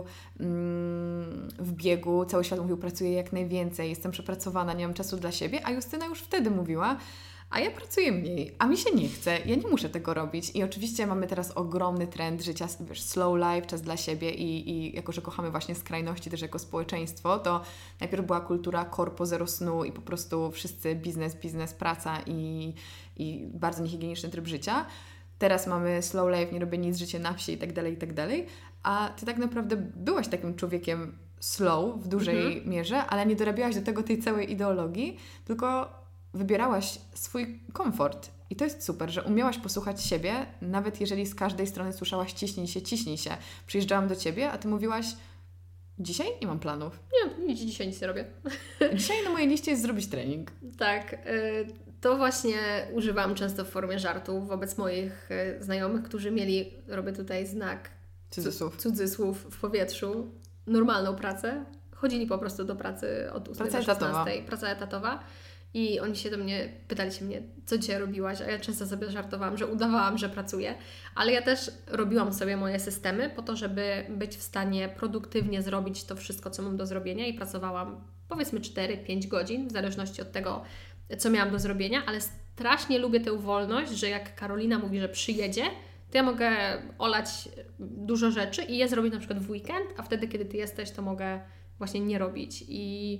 mm, w biegu, cały świat mówił, pracuję jak najwięcej, jestem przepracowana, nie mam czasu dla siebie, a Justyna już wtedy mówiła, a ja pracuję mniej, a mi się nie chce, ja nie muszę tego robić. I oczywiście mamy teraz ogromny trend życia, wiesz, slow life, czas dla siebie i, i jako, że kochamy właśnie skrajności też jako społeczeństwo, to najpierw była kultura korpo, zero snu i po prostu wszyscy biznes, biznes, praca i, i bardzo niehigieniczny tryb życia. Teraz mamy slow life, nie robię nic, życie na wsi i tak dalej, i tak dalej. A Ty tak naprawdę byłaś takim człowiekiem slow w dużej mhm. mierze, ale nie dorabiałaś do tego tej całej ideologii, tylko wybierałaś swój komfort. I to jest super, że umiałaś posłuchać siebie, nawet jeżeli z każdej strony słyszałaś ciśnij się, ciśnij się. Przyjeżdżałam do Ciebie, a Ty mówiłaś dzisiaj nie mam planów. Nie, nic, dzisiaj nic nie robię. Dzisiaj na mojej liście jest zrobić trening. Tak, to właśnie używam często w formie żartów wobec moich znajomych, którzy mieli, robię tutaj znak cudzysłów, cudzysłów w powietrzu, normalną pracę. Chodzili po prostu do pracy od ósmej do szesnastej. Praca etatowa. I oni się do mnie, pytali się mnie, co dzisiaj robiłaś, a ja często sobie żartowałam, że udawałam, że pracuję, ale ja też robiłam sobie moje systemy po to, żeby być w stanie produktywnie zrobić to wszystko, co mam do zrobienia i pracowałam powiedzmy cztery pięć godzin, w zależności od tego, co miałam do zrobienia, ale strasznie lubię tę wolność, że jak Karolina mówi, że przyjedzie, to ja mogę olać dużo rzeczy i je zrobić na przykład w weekend, a wtedy, kiedy Ty jesteś, to mogę właśnie nie robić i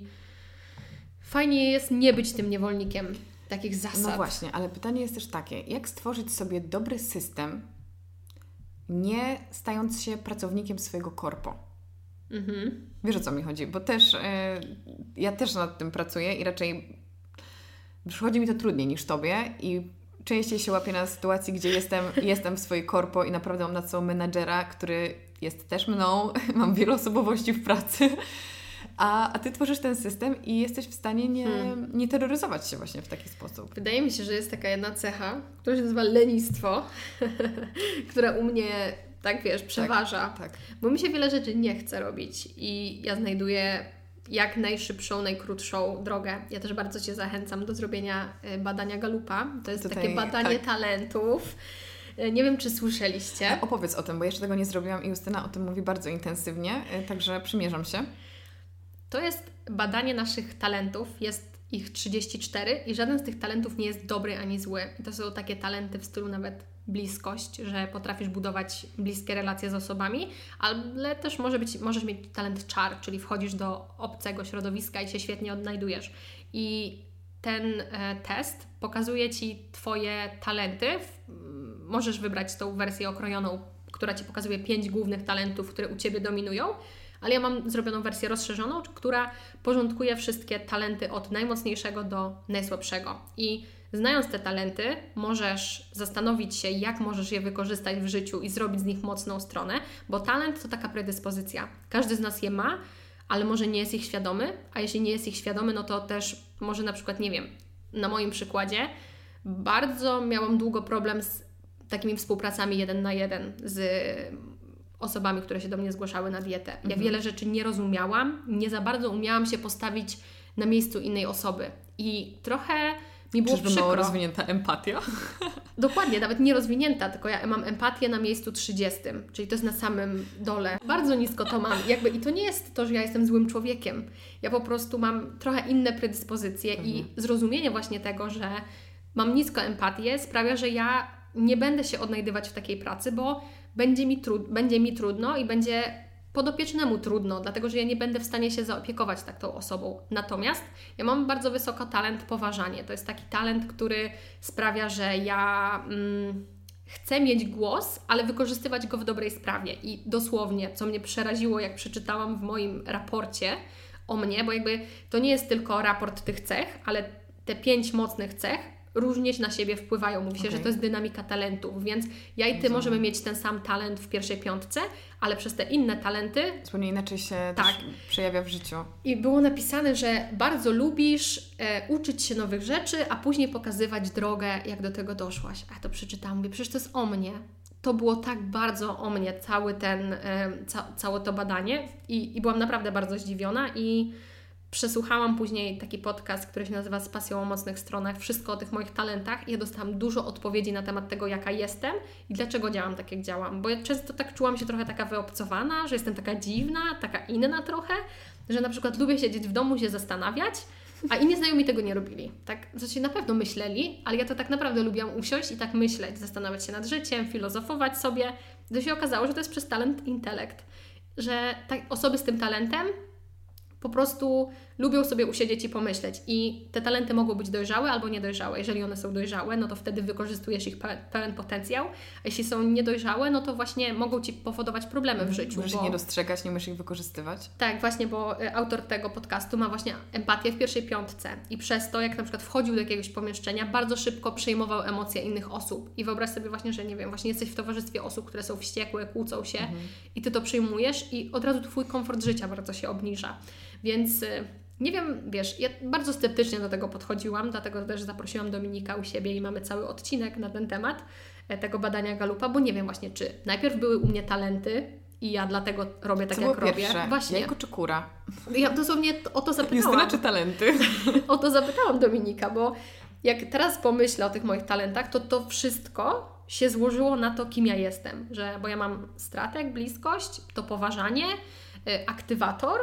fajnie jest nie być tym niewolnikiem takich zasad. No właśnie, ale pytanie jest też takie, jak stworzyć sobie dobry system, nie stając się pracownikiem swojego korpo? Mhm. Wiesz, o co mi chodzi? Bo też yy, ja też nad tym pracuję i raczej przychodzi mi to trudniej niż Tobie i częściej się łapię na sytuacji, gdzie jestem, jestem w swojej korpo i naprawdę mam nad sobą menadżera, który jest też mną, mam wiele osobowości w pracy. A, a Ty tworzysz ten system i jesteś w stanie nie, hmm. nie terroryzować się właśnie w taki sposób. Wydaje mi się, że jest taka jedna cecha, która się nazywa lenistwo, która u mnie, tak wiesz, przeważa. Tak, tak. Bo mi się wiele rzeczy nie chce robić i ja znajduję jak najszybszą, najkrótszą drogę. Ja też bardzo Cię zachęcam do zrobienia badania Galupa. To jest Tutaj, takie badanie tak. talentów. Nie wiem, czy słyszeliście. A opowiedz o tym, bo jeszcze tego nie zrobiłam i Justyna o tym mówi bardzo intensywnie, także przymierzam się. To jest badanie naszych talentów, jest ich trzydzieści cztery i żaden z tych talentów nie jest dobry ani zły. I to są takie talenty w stylu nawet bliskość, że potrafisz budować bliskie relacje z osobami, ale też może być, możesz mieć talent czar, czyli wchodzisz do obcego środowiska i się świetnie odnajdujesz. I ten e, test pokazuje Ci Twoje talenty. Możesz wybrać tą wersję okrojoną, która Ci pokazuje pięć głównych talentów, które u Ciebie dominują, Ale ja mam zrobioną wersję rozszerzoną, która porządkuje wszystkie talenty od najmocniejszego do najsłabszego. I znając te talenty, możesz zastanowić się, jak możesz je wykorzystać w życiu i zrobić z nich mocną stronę, bo talent to taka predyspozycja. Każdy z nas je ma, ale może nie jest ich świadomy, a jeśli nie jest ich świadomy, no to też może na przykład, nie wiem, na moim przykładzie bardzo miałam długo problem z takimi współpracami jeden na jeden z osobami, które się do mnie zgłaszały na dietę. Ja mhm. wiele rzeczy nie rozumiałam, nie za bardzo umiałam się postawić na miejscu innej osoby i trochę mi było Czyżby przykro. mało rozwinięta empatia? Dokładnie, nawet nie rozwinięta, tylko ja mam empatię na miejscu trzydziestym, czyli to jest na samym dole. Bardzo nisko to mam. Jakby, i to nie jest to, że ja jestem złym człowiekiem. Ja po prostu mam trochę inne predyspozycje mhm. i zrozumienie właśnie tego, że mam nisko empatię, sprawia, że ja nie będę się odnajdywać w takiej pracy, bo będzie mi, trud- będzie mi trudno i będzie podopiecznemu trudno, dlatego że ja nie będę w stanie się zaopiekować tak tą osobą. Natomiast ja mam bardzo wysoko talent poważanie. To jest taki talent, który sprawia, że ja mm, chcę mieć głos, ale wykorzystywać go w dobrej sprawie. I dosłownie, co mnie przeraziło, jak przeczytałam w moim raporcie o mnie, bo jakby to nie jest tylko raport tych cech, ale te pięć mocnych cech różnie na siebie wpływają. Mówi się, okay. że to jest dynamika talentów, więc ja i Ty Rozumiem. możemy mieć ten sam talent w pierwszej piątce, ale przez te inne talenty zupełnie inaczej się tak. też przejawia w życiu. I było napisane, że bardzo lubisz e, uczyć się nowych rzeczy, a później pokazywać drogę, jak do tego doszłaś. A ja to przeczytałam, mówię, przecież to jest o mnie. To było tak bardzo o mnie, cały ten, e, ca, całe to badanie i, i byłam naprawdę bardzo zdziwiona i przesłuchałam później taki podcast, który się nazywa Z pasją o mocnych stronach, wszystko o tych moich talentach i ja dostałam dużo odpowiedzi na temat tego, jaka jestem i dlaczego działam tak, jak działam. Bo ja często tak czułam się trochę taka wyobcowana, że jestem taka dziwna, taka inna trochę, że na przykład lubię siedzieć w domu, się zastanawiać, a inni znajomi tego nie robili. Tak, w sensie na pewno myśleli, ale ja to tak naprawdę lubiłam usiąść i tak myśleć, zastanawiać się nad życiem, filozofować sobie. To się okazało, że to jest przez talent intelekt. Że tak, osoby z tym talentem po prostu lubią sobie usiedzieć i pomyśleć i te talenty mogą być dojrzałe albo niedojrzałe. Jeżeli one są dojrzałe, no to wtedy wykorzystujesz ich pe- pełen potencjał, a jeśli są niedojrzałe, no to właśnie mogą Ci powodować problemy w życiu. Możesz bo... ich nie dostrzegać, nie możesz ich wykorzystywać. Tak, właśnie, bo autor tego podcastu ma właśnie empatię w pierwszej piątce i przez to, jak na przykład wchodził do jakiegoś pomieszczenia, bardzo szybko przejmował emocje innych osób i wyobraź sobie właśnie, że nie wiem, właśnie jesteś w towarzystwie osób, które są wściekłe, kłócą się mhm. i Ty to przyjmujesz i od razu Twój komfort życia bardzo się obniża. Więc nie wiem, wiesz, ja bardzo sceptycznie do tego podchodziłam, dlatego też zaprosiłam Dominika u siebie i mamy cały odcinek na ten temat tego badania Galupa, bo nie wiem właśnie, czy najpierw były u mnie talenty i ja dlatego robię tak, Co jak było robię. Pierwsze? Właśnie. Jajko czy kura? Ja dosłownie o to zapytałam. Justyna czy talenty? O to zapytałam Dominika, bo jak teraz pomyślę o tych moich talentach, to to wszystko się złożyło na to, kim ja jestem. Że, bo ja mam strateg, bliskość, to poważanie, aktywator.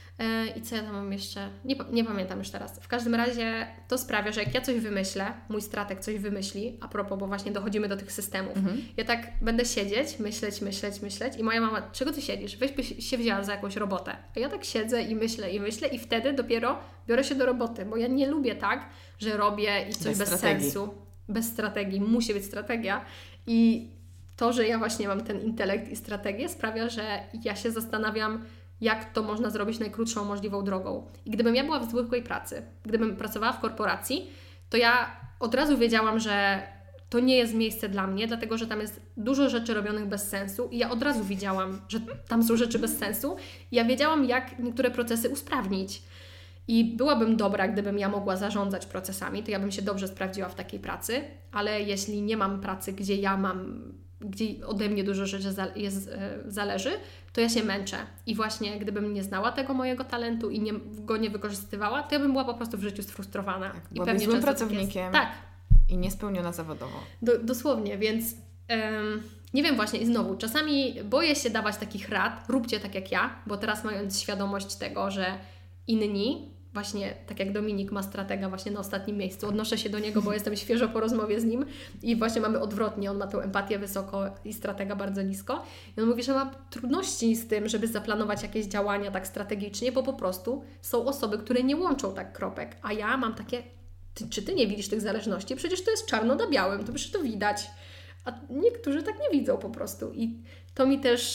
I co ja tam mam jeszcze? Nie, nie pamiętam już teraz. W każdym razie to sprawia, że jak ja coś wymyślę, mój strateg coś wymyśli, a propos, bo właśnie dochodzimy do tych systemów, mhm. ja tak będę siedzieć, myśleć, myśleć, myśleć i moja mama, czego Ty siedzisz? Weź byś się wzięła za jakąś robotę. A ja tak siedzę i myślę, i myślę i wtedy dopiero biorę się do roboty, bo ja nie lubię tak, że robię i coś bez, bez sensu. Bez strategii. Musi być strategia. I to, że ja właśnie mam ten intelekt i strategię sprawia, że ja się zastanawiam, jak to można zrobić najkrótszą możliwą drogą. I gdybym ja była w zwykłej pracy, gdybym pracowała w korporacji, to ja od razu wiedziałam, że to nie jest miejsce dla mnie, dlatego że tam jest dużo rzeczy robionych bez sensu i ja od razu widziałam, że tam są rzeczy bez sensu i ja wiedziałam, jak niektóre procesy usprawnić. I byłabym dobra, gdybym ja mogła zarządzać procesami, to ja bym się dobrze sprawdziła w takiej pracy, ale jeśli nie mam pracy, gdzie ja mam, gdzie ode mnie dużo rzeczy jest, zależy, to ja się męczę. I właśnie gdybym nie znała tego mojego talentu i nie, go nie wykorzystywała, to ja bym była po prostu w życiu sfrustrowana. Tak, i pewnie złym pracownikiem. Tak. I niespełniona zawodowo. Do, dosłownie, więc um, nie wiem właśnie i znowu, czasami boję się dawać takich rad, róbcie tak jak ja, bo teraz mając świadomość tego, że inni, właśnie tak jak Dominik ma stratega właśnie na ostatnim miejscu, odnoszę się do niego, bo jestem świeżo po rozmowie z nim i właśnie mamy odwrotnie, on ma tę empatię wysoko i stratega bardzo nisko i on mówi, że ma trudności z tym, żeby zaplanować jakieś działania tak strategicznie, bo po prostu są osoby, które nie łączą tak kropek, a ja mam takie, ty, czy Ty nie widzisz tych zależności? Przecież to jest czarno na białym, to przecież to widać, a niektórzy tak nie widzą po prostu i to mi też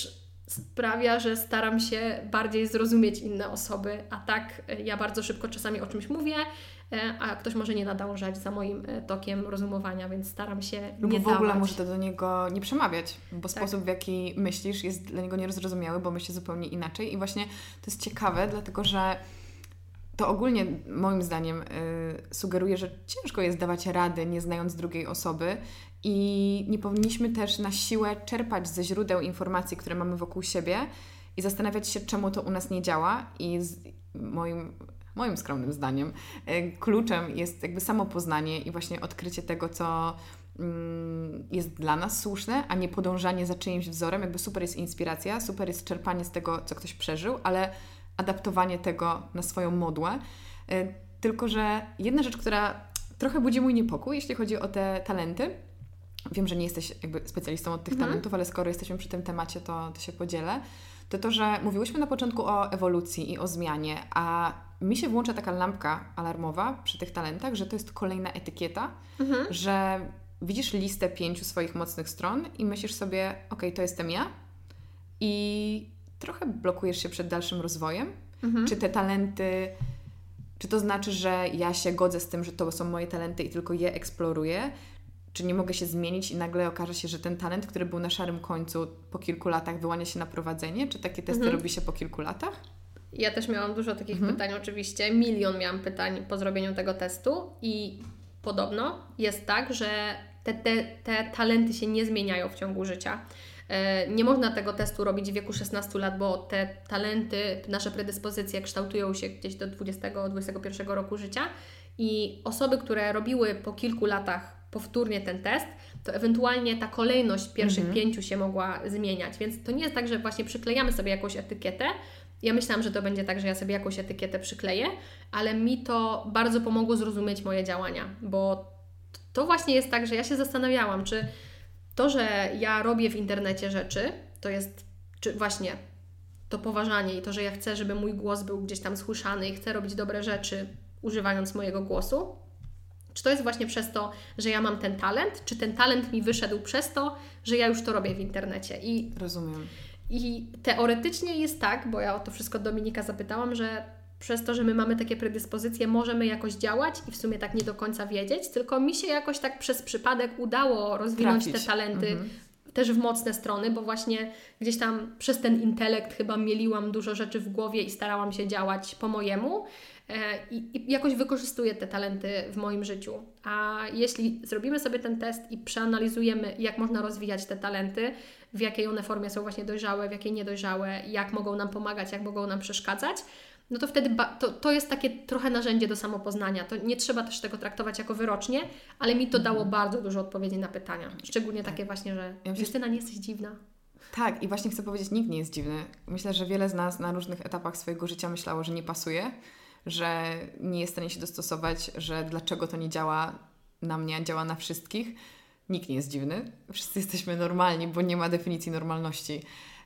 sprawia, że staram się bardziej zrozumieć inne osoby, a tak ja bardzo szybko czasami o czymś mówię, a ktoś może nie nadążać za moim tokiem rozumowania, więc staram się Lub nie w ogóle dawać. może to do niego nie przemawiać, bo tak. sposób, w jaki myślisz, jest dla niego niezrozumiały, bo myśli zupełnie inaczej i właśnie to jest ciekawe, dlatego że to ogólnie moim zdaniem yy, sugeruje, że ciężko jest dawać rady, nie znając drugiej osoby i nie powinniśmy też na siłę czerpać ze źródeł informacji, które mamy wokół siebie i zastanawiać się, czemu to u nas nie działa i z moim, moim skromnym zdaniem yy, kluczem jest jakby samopoznanie i właśnie odkrycie tego, co yy, jest dla nas słuszne, a nie podążanie za czyimś wzorem. Jakby super jest inspiracja, super jest czerpanie z tego, co ktoś przeżył, ale adaptowanie tego na swoją modłę. Yy, tylko, że jedna rzecz, która trochę budzi mój niepokój, jeśli chodzi o te talenty. Wiem, że nie jesteś jakby specjalistą od tych mhm. talentów, ale skoro jesteśmy przy tym temacie, to, to się podzielę. To to, że mówiłyśmy na początku o ewolucji i o zmianie, a mi się włącza taka lampka alarmowa przy tych talentach, że to jest kolejna etykieta, mhm. że widzisz listę pięciu swoich mocnych stron i myślisz sobie, okej, to jestem ja i trochę blokujesz się przed dalszym rozwojem. Mhm. Czy te talenty, czy to znaczy, że ja się godzę z tym, że to są moje talenty i tylko je eksploruję? Czy nie mogę się zmienić i nagle okaże się, że ten talent, który był na szarym końcu po kilku latach, wyłania się na prowadzenie? Czy takie testy mhm. robi się po kilku latach? Ja też miałam dużo takich mhm. pytań oczywiście. Milion miałam pytań po zrobieniu tego testu i podobno jest tak, że te, te, te talenty się nie zmieniają w ciągu życia. Nie można tego testu robić w wieku szesnastu lat, bo te talenty, nasze predyspozycje kształtują się gdzieś do dwudziestego do dwudziestego pierwszego roku życia i osoby, które robiły po kilku latach powtórnie ten test, to ewentualnie ta kolejność pierwszych mhm. pięciu się mogła zmieniać, więc to nie jest tak, że właśnie przyklejamy sobie jakąś etykietę. Ja myślałam, że to będzie tak, że ja sobie jakąś etykietę przykleję, ale mi to bardzo pomogło zrozumieć moje działania, bo to właśnie jest tak, że ja się zastanawiałam, czy to, że ja robię w internecie rzeczy, to jest, czy właśnie to poważanie i to, że ja chcę, żeby mój głos był gdzieś tam słyszany i chcę robić dobre rzeczy używając mojego głosu, czy to jest właśnie przez to, że ja mam ten talent, czy ten talent mi wyszedł przez to, że ja już to robię w internecie. I, Rozumiem. I teoretycznie jest tak, bo ja o to wszystko Dominika zapytałam, że przez to, że my mamy takie predyspozycje, możemy jakoś działać i w sumie tak nie do końca wiedzieć, tylko mi się jakoś tak przez przypadek udało rozwinąć Trafić. te talenty mhm. też w mocne strony, bo właśnie gdzieś tam przez ten intelekt chyba mieliłam dużo rzeczy w głowie i starałam się działać po mojemu i, i jakoś wykorzystuję te talenty w moim życiu. A jeśli zrobimy sobie ten test i przeanalizujemy, jak można rozwijać te talenty, w jakiej one formie są właśnie dojrzałe, w jakiej niedojrzałe, jak mogą nam pomagać, jak mogą nam przeszkadzać, no to wtedy ba- to, to jest takie trochę narzędzie do samopoznania. To nie trzeba też tego traktować jako wyrocznie, ale mi to dało bardzo dużo odpowiedzi na pytania. Szczególnie takie właśnie, że ja myślę, Justyna, nie jesteś dziwna. Tak, i właśnie chcę powiedzieć, nikt nie jest dziwny. Myślę, że wiele z nas na różnych etapach swojego życia myślało, że nie pasuje, że nie jest w stanie się dostosować, że dlaczego to nie działa na mnie, a działa na wszystkich. Nikt nie jest dziwny. Wszyscy jesteśmy normalni, bo nie ma definicji normalności.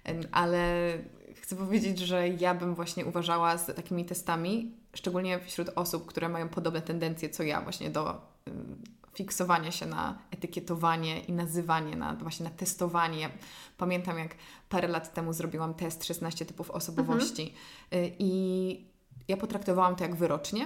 Ale chcę powiedzieć, że ja bym właśnie uważała z takimi testami, szczególnie wśród osób, które mają podobne tendencje co ja, właśnie do fiksowania się na etykietowanie i nazywanie, na właśnie na testowanie. Ja pamiętam, jak parę lat temu zrobiłam test szesnaście typów osobowości mhm. i ja potraktowałam to jak wyrocznie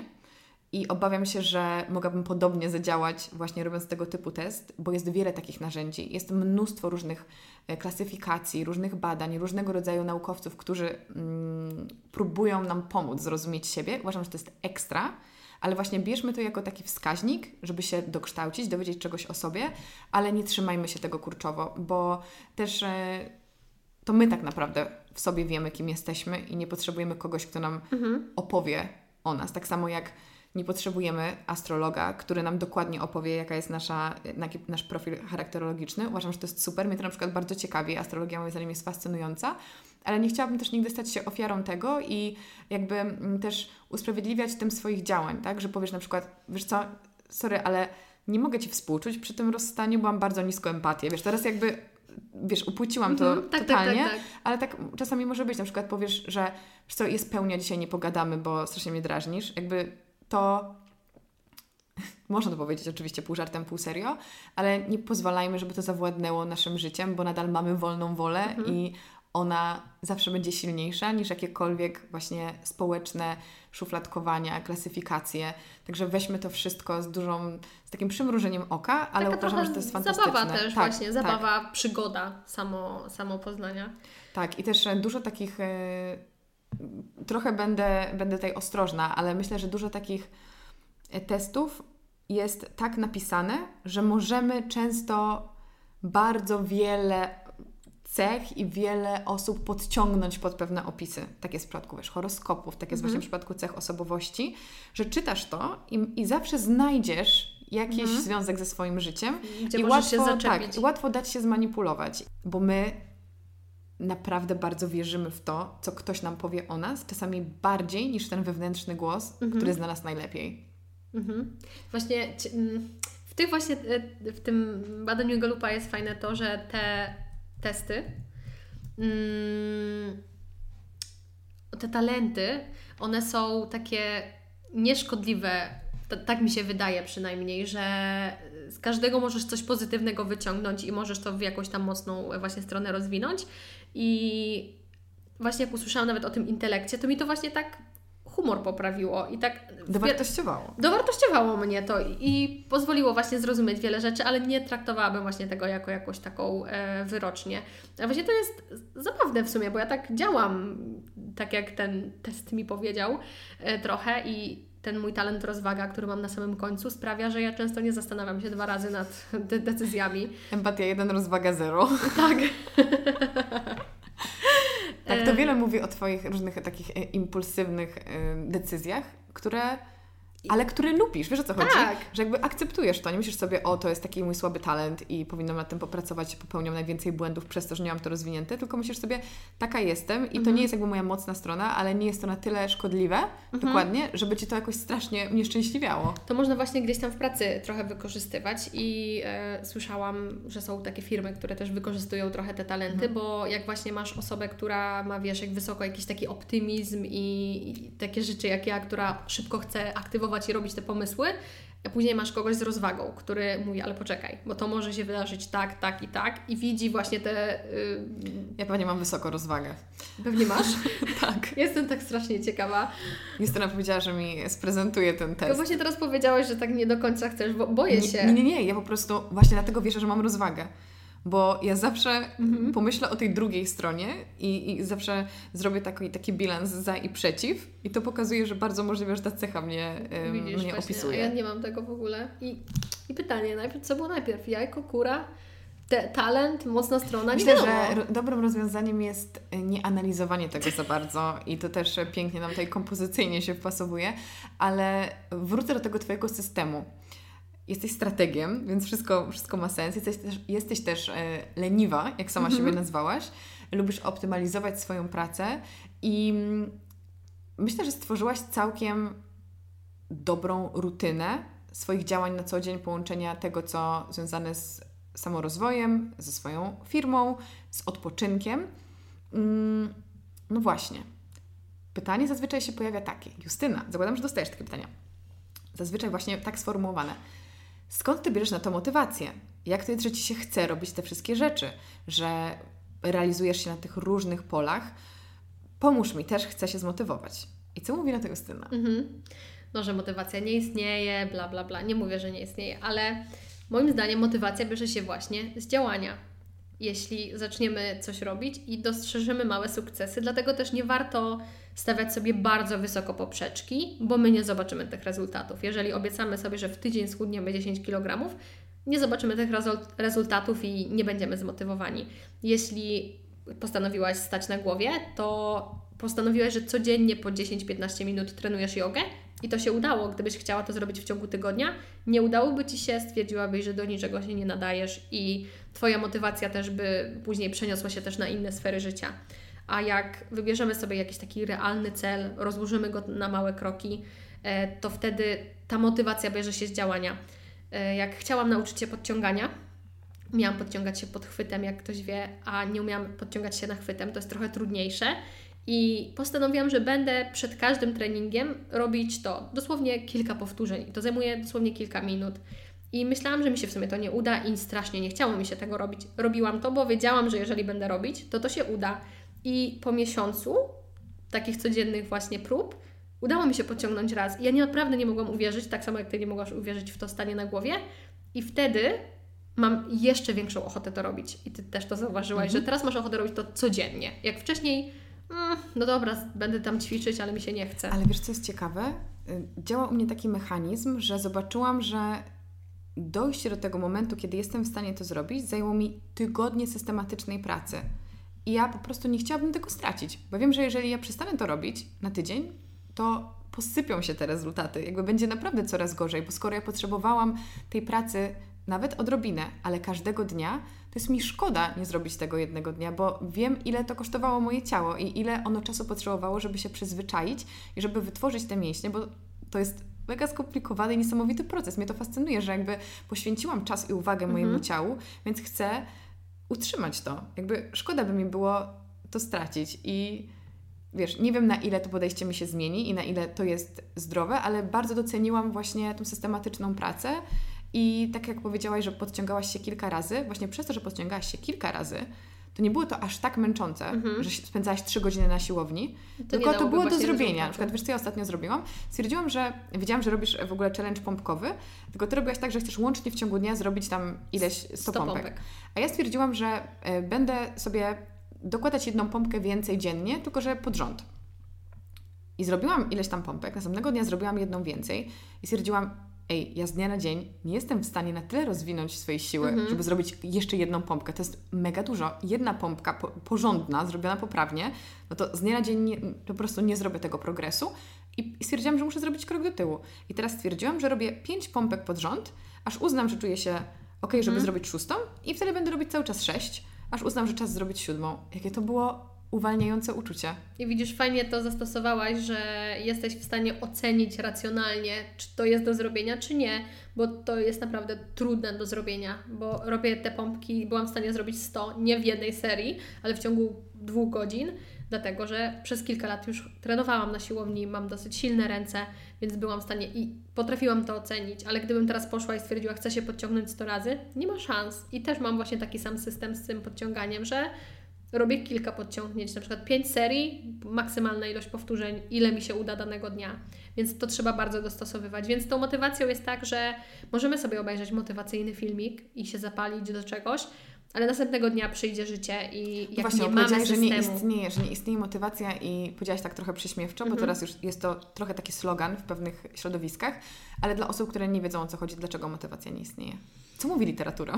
i obawiam się, że mogłabym podobnie zadziałać właśnie robiąc tego typu test, bo jest wiele takich narzędzi, jest mnóstwo różnych klasyfikacji, różnych badań, różnego rodzaju naukowców, którzy mm, próbują nam pomóc zrozumieć siebie. Uważam, że to jest ekstra, ale właśnie bierzmy to jako taki wskaźnik, żeby się dokształcić, dowiedzieć czegoś o sobie, ale nie trzymajmy się tego kurczowo, bo też e, to my tak naprawdę w sobie wiemy, kim jesteśmy i nie potrzebujemy kogoś, kto nam mhm. opowie o nas. Tak samo jak nie potrzebujemy astrologa, który nam dokładnie opowie, jaka jest nasza, jaki nasz profil charakterologiczny. Uważam, że to jest super. Mnie to na przykład bardzo ciekawi. Astrologia moim zdaniem jest fascynująca, ale nie chciałabym też nigdy stać się ofiarą tego i jakby też usprawiedliwiać tym swoich działań, tak? Że powiesz na przykład, wiesz co, sorry, ale nie mogę Ci współczuć przy tym rozstaniu, bo mam bardzo niską empatię. Wiesz, teraz jakby, wiesz, upłyciłam to mm-hmm, tak, totalnie, tak, tak, tak. ale tak czasami może być. Na przykład powiesz, że wiesz co, jest pełnia, dzisiaj nie pogadamy, bo strasznie mnie drażnisz. Jakby to można to powiedzieć oczywiście pół żartem, pół serio, ale nie pozwalajmy, żeby to zawładnęło naszym życiem, bo nadal mamy wolną wolę mhm. i ona zawsze będzie silniejsza niż jakiekolwiek właśnie społeczne szufladkowania, klasyfikacje. Także weźmy to wszystko z dużą, z takim przymrużeniem oka, ale Taka uważam, że to jest fantastyczne. Zabawa też tak, właśnie, zabawa, tak. przygoda, samo, samo poznania. Tak, i też dużo takich, y, trochę będę, będę tutaj ostrożna, ale myślę, że dużo takich testów jest tak napisane, że możemy często bardzo wiele cech i wiele osób podciągnąć pod pewne opisy. Tak jest w przypadku wiesz, horoskopów, tak jest mhm. właśnie w przypadku cech osobowości, że czytasz to i, i zawsze znajdziesz jakiś mhm. związek ze swoim życiem Gdzie i możesz łatwo, się zaczepić. tak, łatwo dać się zmanipulować, bo my naprawdę bardzo wierzymy w to, co ktoś nam powie o nas, czasami bardziej niż ten wewnętrzny głos, mhm. który zna nas najlepiej. Mhm. Właśnie w tych właśnie w tym badaniu Gallupa jest fajne to, że te testy, te talenty, one są takie nieszkodliwe, T- tak mi się wydaje przynajmniej, że z każdego możesz coś pozytywnego wyciągnąć i możesz to w jakąś tam mocną właśnie stronę rozwinąć. I właśnie jak usłyszałam nawet o tym intelekcie, to mi to właśnie tak humor poprawiło i tak dowartościowało. Dowartościowało mnie to i pozwoliło właśnie zrozumieć wiele rzeczy, ale nie traktowałabym właśnie tego jako jakąś taką e, wyrocznię. A właśnie to jest zabawne w sumie, bo ja tak działam, tak jak ten test mi powiedział e, trochę i ten mój talent rozwaga, który mam na samym końcu, sprawia, że ja często nie zastanawiam się dwa razy nad de- decyzjami. Empatia jeden, rozwaga zero. Tak. Tak, to wiele mówi o Twoich różnych takich impulsywnych decyzjach, które... ale które lubisz, wiesz o co chodzi? Tak. Że jakby akceptujesz to, nie myślisz sobie, o to jest taki mój słaby talent i powinnam nad tym popracować, popełniam najwięcej błędów przez to, że nie mam to rozwinięte, tylko myślisz sobie, taka jestem i mhm. to nie jest jakby moja mocna strona, ale nie jest to na tyle szkodliwe, mhm. dokładnie, żeby Cię to jakoś strasznie unieszczęśliwiało. To można właśnie gdzieś tam w pracy trochę wykorzystywać i e, słyszałam, że są takie firmy, które też wykorzystują trochę te talenty, mhm. bo jak właśnie masz osobę, która ma, wiesz, jak wysoko jakiś taki optymizm i, i takie rzeczy jak ja, która szybko chce aktywować i robić te pomysły, a później masz kogoś z rozwagą, który mówi, ale poczekaj, bo to może się wydarzyć tak, tak i tak i widzi właśnie te... Yy... Ja pewnie mam wysoko rozwagę. Pewnie masz? Tak. Jestem tak strasznie ciekawa. Justyna powiedziała, że mi sprezentuje ten test. To właśnie teraz powiedziałaś, że tak nie do końca chcesz, bo boję się. Nie, nie, nie, ja po prostu właśnie dlatego wierzę, że mam rozwagę. Bo ja zawsze mhm. pomyślę o tej drugiej stronie i, i zawsze zrobię taki, taki bilans za i przeciw i to pokazuje, że bardzo możliwe, że ta cecha mnie, Widzisz, mnie właśnie, opisuje. A ja nie mam tego w ogóle. I, i pytanie, najpierw, co było najpierw? Jajko, kura, te, talent, mocna strona? Nie Myślę, wiadomo. że dobrym rozwiązaniem jest nie analizowanie tego za bardzo i to też pięknie nam tutaj kompozycyjnie się wpasowuje, ale wrócę do tego Twojego systemu. Jesteś strategiem, więc wszystko, wszystko ma sens. Jesteś też, jesteś też e, leniwa, jak sama mhm. siebie nazwałaś. Lubisz optymalizować swoją pracę i myślę, że stworzyłaś całkiem dobrą rutynę swoich działań na co dzień, połączenia tego, co związane z samorozwojem, ze swoją firmą, z odpoczynkiem. Mm, no właśnie. Pytanie zazwyczaj się pojawia takie. Justyna, zakładam, że dostajesz takie pytania. Zazwyczaj właśnie tak sformułowane. Skąd Ty bierzesz na to motywację? Jak to jest, że Ci się chce robić te wszystkie rzeczy? Że realizujesz się na tych różnych polach? Pomóż mi, też chcę się zmotywować. I co mówi na to Justyna? Mhm. No, że motywacja nie istnieje, bla, bla, bla. Nie mówię, że nie istnieje, ale moim zdaniem motywacja bierze się właśnie z działania. Jeśli zaczniemy coś robić i dostrzeżymy małe sukcesy, dlatego też nie warto stawiać sobie bardzo wysoko poprzeczki, bo my nie zobaczymy tych rezultatów. Jeżeli obiecamy sobie, że w tydzień schudniemy dziesięć kilogramów, nie zobaczymy tych rezultatów i nie będziemy zmotywowani. Jeśli postanowiłaś stać na głowie, to postanowiłaś, że codziennie po dziesięć do piętnastu minut trenujesz jogę i to się udało. Gdybyś chciała to zrobić w ciągu tygodnia, nie udałoby Ci się, stwierdziłabyś, że do niczego się nie nadajesz i Twoja motywacja też by później przeniosła się też na inne sfery życia. A jak wybierzemy sobie jakiś taki realny cel, rozłożymy go na małe kroki, to wtedy ta motywacja bierze się z działania. Jak chciałam nauczyć się podciągania, miałam podciągać się pod chwytem, jak ktoś wie, a nie umiałam podciągać się na chwytem, to jest trochę trudniejsze. I postanowiłam, że będę przed każdym treningiem robić to, dosłownie kilka powtórzeń. To zajmuje dosłownie kilka minut. I myślałam, że mi się w sumie to nie uda i strasznie nie chciało mi się tego robić. Robiłam to, bo wiedziałam, że jeżeli będę robić, to to się uda. I po miesiącu takich codziennych właśnie prób udało mi się podciągnąć raz. I ja nie, naprawdę nie mogłam uwierzyć, tak samo jak Ty nie mogłaś uwierzyć w to stanie na głowie. I wtedy mam jeszcze większą ochotę to robić. I Ty też to zauważyłaś, mhm. że teraz masz ochotę robić to codziennie. Jak wcześniej, mm, no dobra, będę tam ćwiczyć, ale mi się nie chce. Ale wiesz, co jest ciekawe? Działa u mnie taki mechanizm, że zobaczyłam, że dojście do tego momentu, kiedy jestem w stanie to zrobić, zajęło mi tygodnie systematycznej pracy. I ja po prostu nie chciałabym tego stracić, bo wiem, że jeżeli ja przestanę to robić na tydzień, to posypią się te rezultaty. Jakby będzie naprawdę coraz gorzej, bo skoro ja potrzebowałam tej pracy nawet odrobinę, ale każdego dnia, to jest mi szkoda nie zrobić tego jednego dnia, bo wiem, ile to kosztowało moje ciało i ile ono czasu potrzebowało, żeby się przyzwyczaić i żeby wytworzyć te mięśnie, bo to jest mega skomplikowany i niesamowity proces. Mnie to fascynuje, że jakby poświęciłam czas i uwagę mojemu mhm. ciału, więc chcę utrzymać to. Jakby szkoda by mi było to stracić i wiesz, nie wiem, na ile to podejście mi się zmieni i na ile to jest zdrowe, ale bardzo doceniłam właśnie tą systematyczną pracę i tak jak powiedziałaś, że podciągałaś się kilka razy, właśnie przez to, że podciągałaś się kilka razy, to nie było to aż tak męczące, mhm. że spędzałaś trzy godziny na siłowni, to tylko to było do zrobienia. Rezultatu. Na przykład, wiesz co ja ostatnio zrobiłam? Stwierdziłam, że wiedziałam, że robisz w ogóle challenge pompkowy, tylko Ty robiłaś tak, że chcesz łącznie w ciągu dnia zrobić tam ileś sto pompek. pompek. A ja stwierdziłam, że y, będę sobie dokładać jedną pompkę więcej dziennie, tylko że pod rząd. I zrobiłam ileś tam pompek, następnego dnia zrobiłam jedną więcej i stwierdziłam, ej, ja z dnia na dzień nie jestem w stanie na tyle rozwinąć swojej siły, mhm. żeby zrobić jeszcze jedną pompkę. To jest mega dużo. Jedna pompka po, porządna, zrobiona poprawnie, no to z dnia na dzień nie, po prostu nie zrobię tego progresu i, i stwierdziłam, że muszę zrobić krok do tyłu. I teraz stwierdziłam, że robię pięć pompek pod rząd, aż uznam, że czuję się ok, żeby mhm. zrobić szóstą i wtedy będę robić cały czas sześć, aż uznam, że czas zrobić siódmą. Jakie to było uwalniające uczucie. I widzisz, fajnie to zastosowałaś, że jesteś w stanie ocenić racjonalnie, czy to jest do zrobienia, czy nie, bo to jest naprawdę trudne do zrobienia, bo robię te pompki, byłam w stanie zrobić sto, nie w jednej serii, ale w ciągu dwóch godzin, dlatego, że przez kilka lat już trenowałam na siłowni, mam dosyć silne ręce, więc byłam w stanie i potrafiłam to ocenić, ale gdybym teraz poszła i stwierdziła, chcę się podciągnąć sto razy, nie ma szans. I też mam właśnie taki sam system z tym podciąganiem, że robię kilka podciągnięć, na przykład pięć serii, maksymalna ilość powtórzeń, ile mi się uda danego dnia. Więc to trzeba bardzo dostosowywać. Więc tą motywacją jest tak, że możemy sobie obejrzeć motywacyjny filmik i się zapalić do czegoś, ale następnego dnia przyjdzie życie i jak Właśnie, nie mamy systemu... że nie istnieje, że nie istnieje motywacja i powiedziałaś tak trochę przyśmiewczo, mhm. bo teraz już jest to trochę taki slogan w pewnych środowiskach, ale dla osób, które nie wiedzą, o co chodzi, dlaczego motywacja nie istnieje. Co mówi literatura?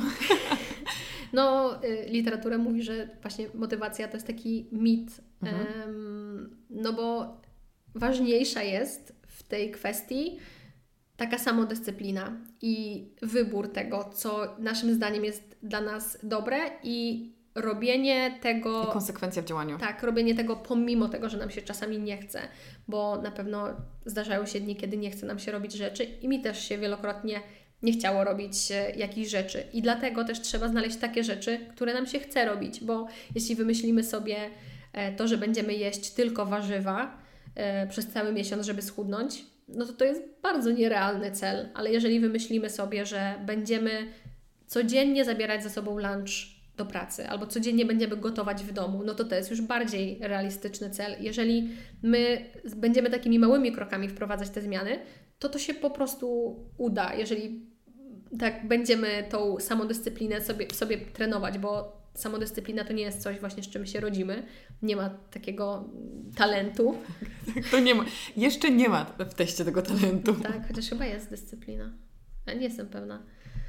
No, y, literatura mówi, że właśnie motywacja to jest taki mit, mhm. ym, no bo ważniejsza jest w tej kwestii taka samodyscyplina i wybór tego, co naszym zdaniem jest dla nas dobre i robienie tego... I konsekwencja w działaniu. Tak, robienie tego pomimo tego, że nam się czasami nie chce, bo na pewno zdarzają się dni, kiedy nie chce nam się robić rzeczy i mi też się wielokrotnie nie chciało robić jakichś rzeczy. I dlatego też trzeba znaleźć takie rzeczy, które nam się chce robić, bo jeśli wymyślimy sobie to, że będziemy jeść tylko warzywa przez cały miesiąc, żeby schudnąć, no to to jest bardzo nierealny cel, ale jeżeli wymyślimy sobie, że będziemy codziennie zabierać ze sobą lunch do pracy albo codziennie będziemy gotować w domu, no to to jest już bardziej realistyczny cel. Jeżeli my będziemy takimi małymi krokami wprowadzać te zmiany, to to się po prostu uda, jeżeli tak będziemy tą samodyscyplinę sobie, w sobie trenować, bo samodyscyplina to nie jest coś właśnie, z czym się rodzimy. Nie ma takiego talentu. To nie ma. Jeszcze nie ma w teście tego talentu. Tak, chociaż chyba jest dyscyplina. Ale nie jestem pewna.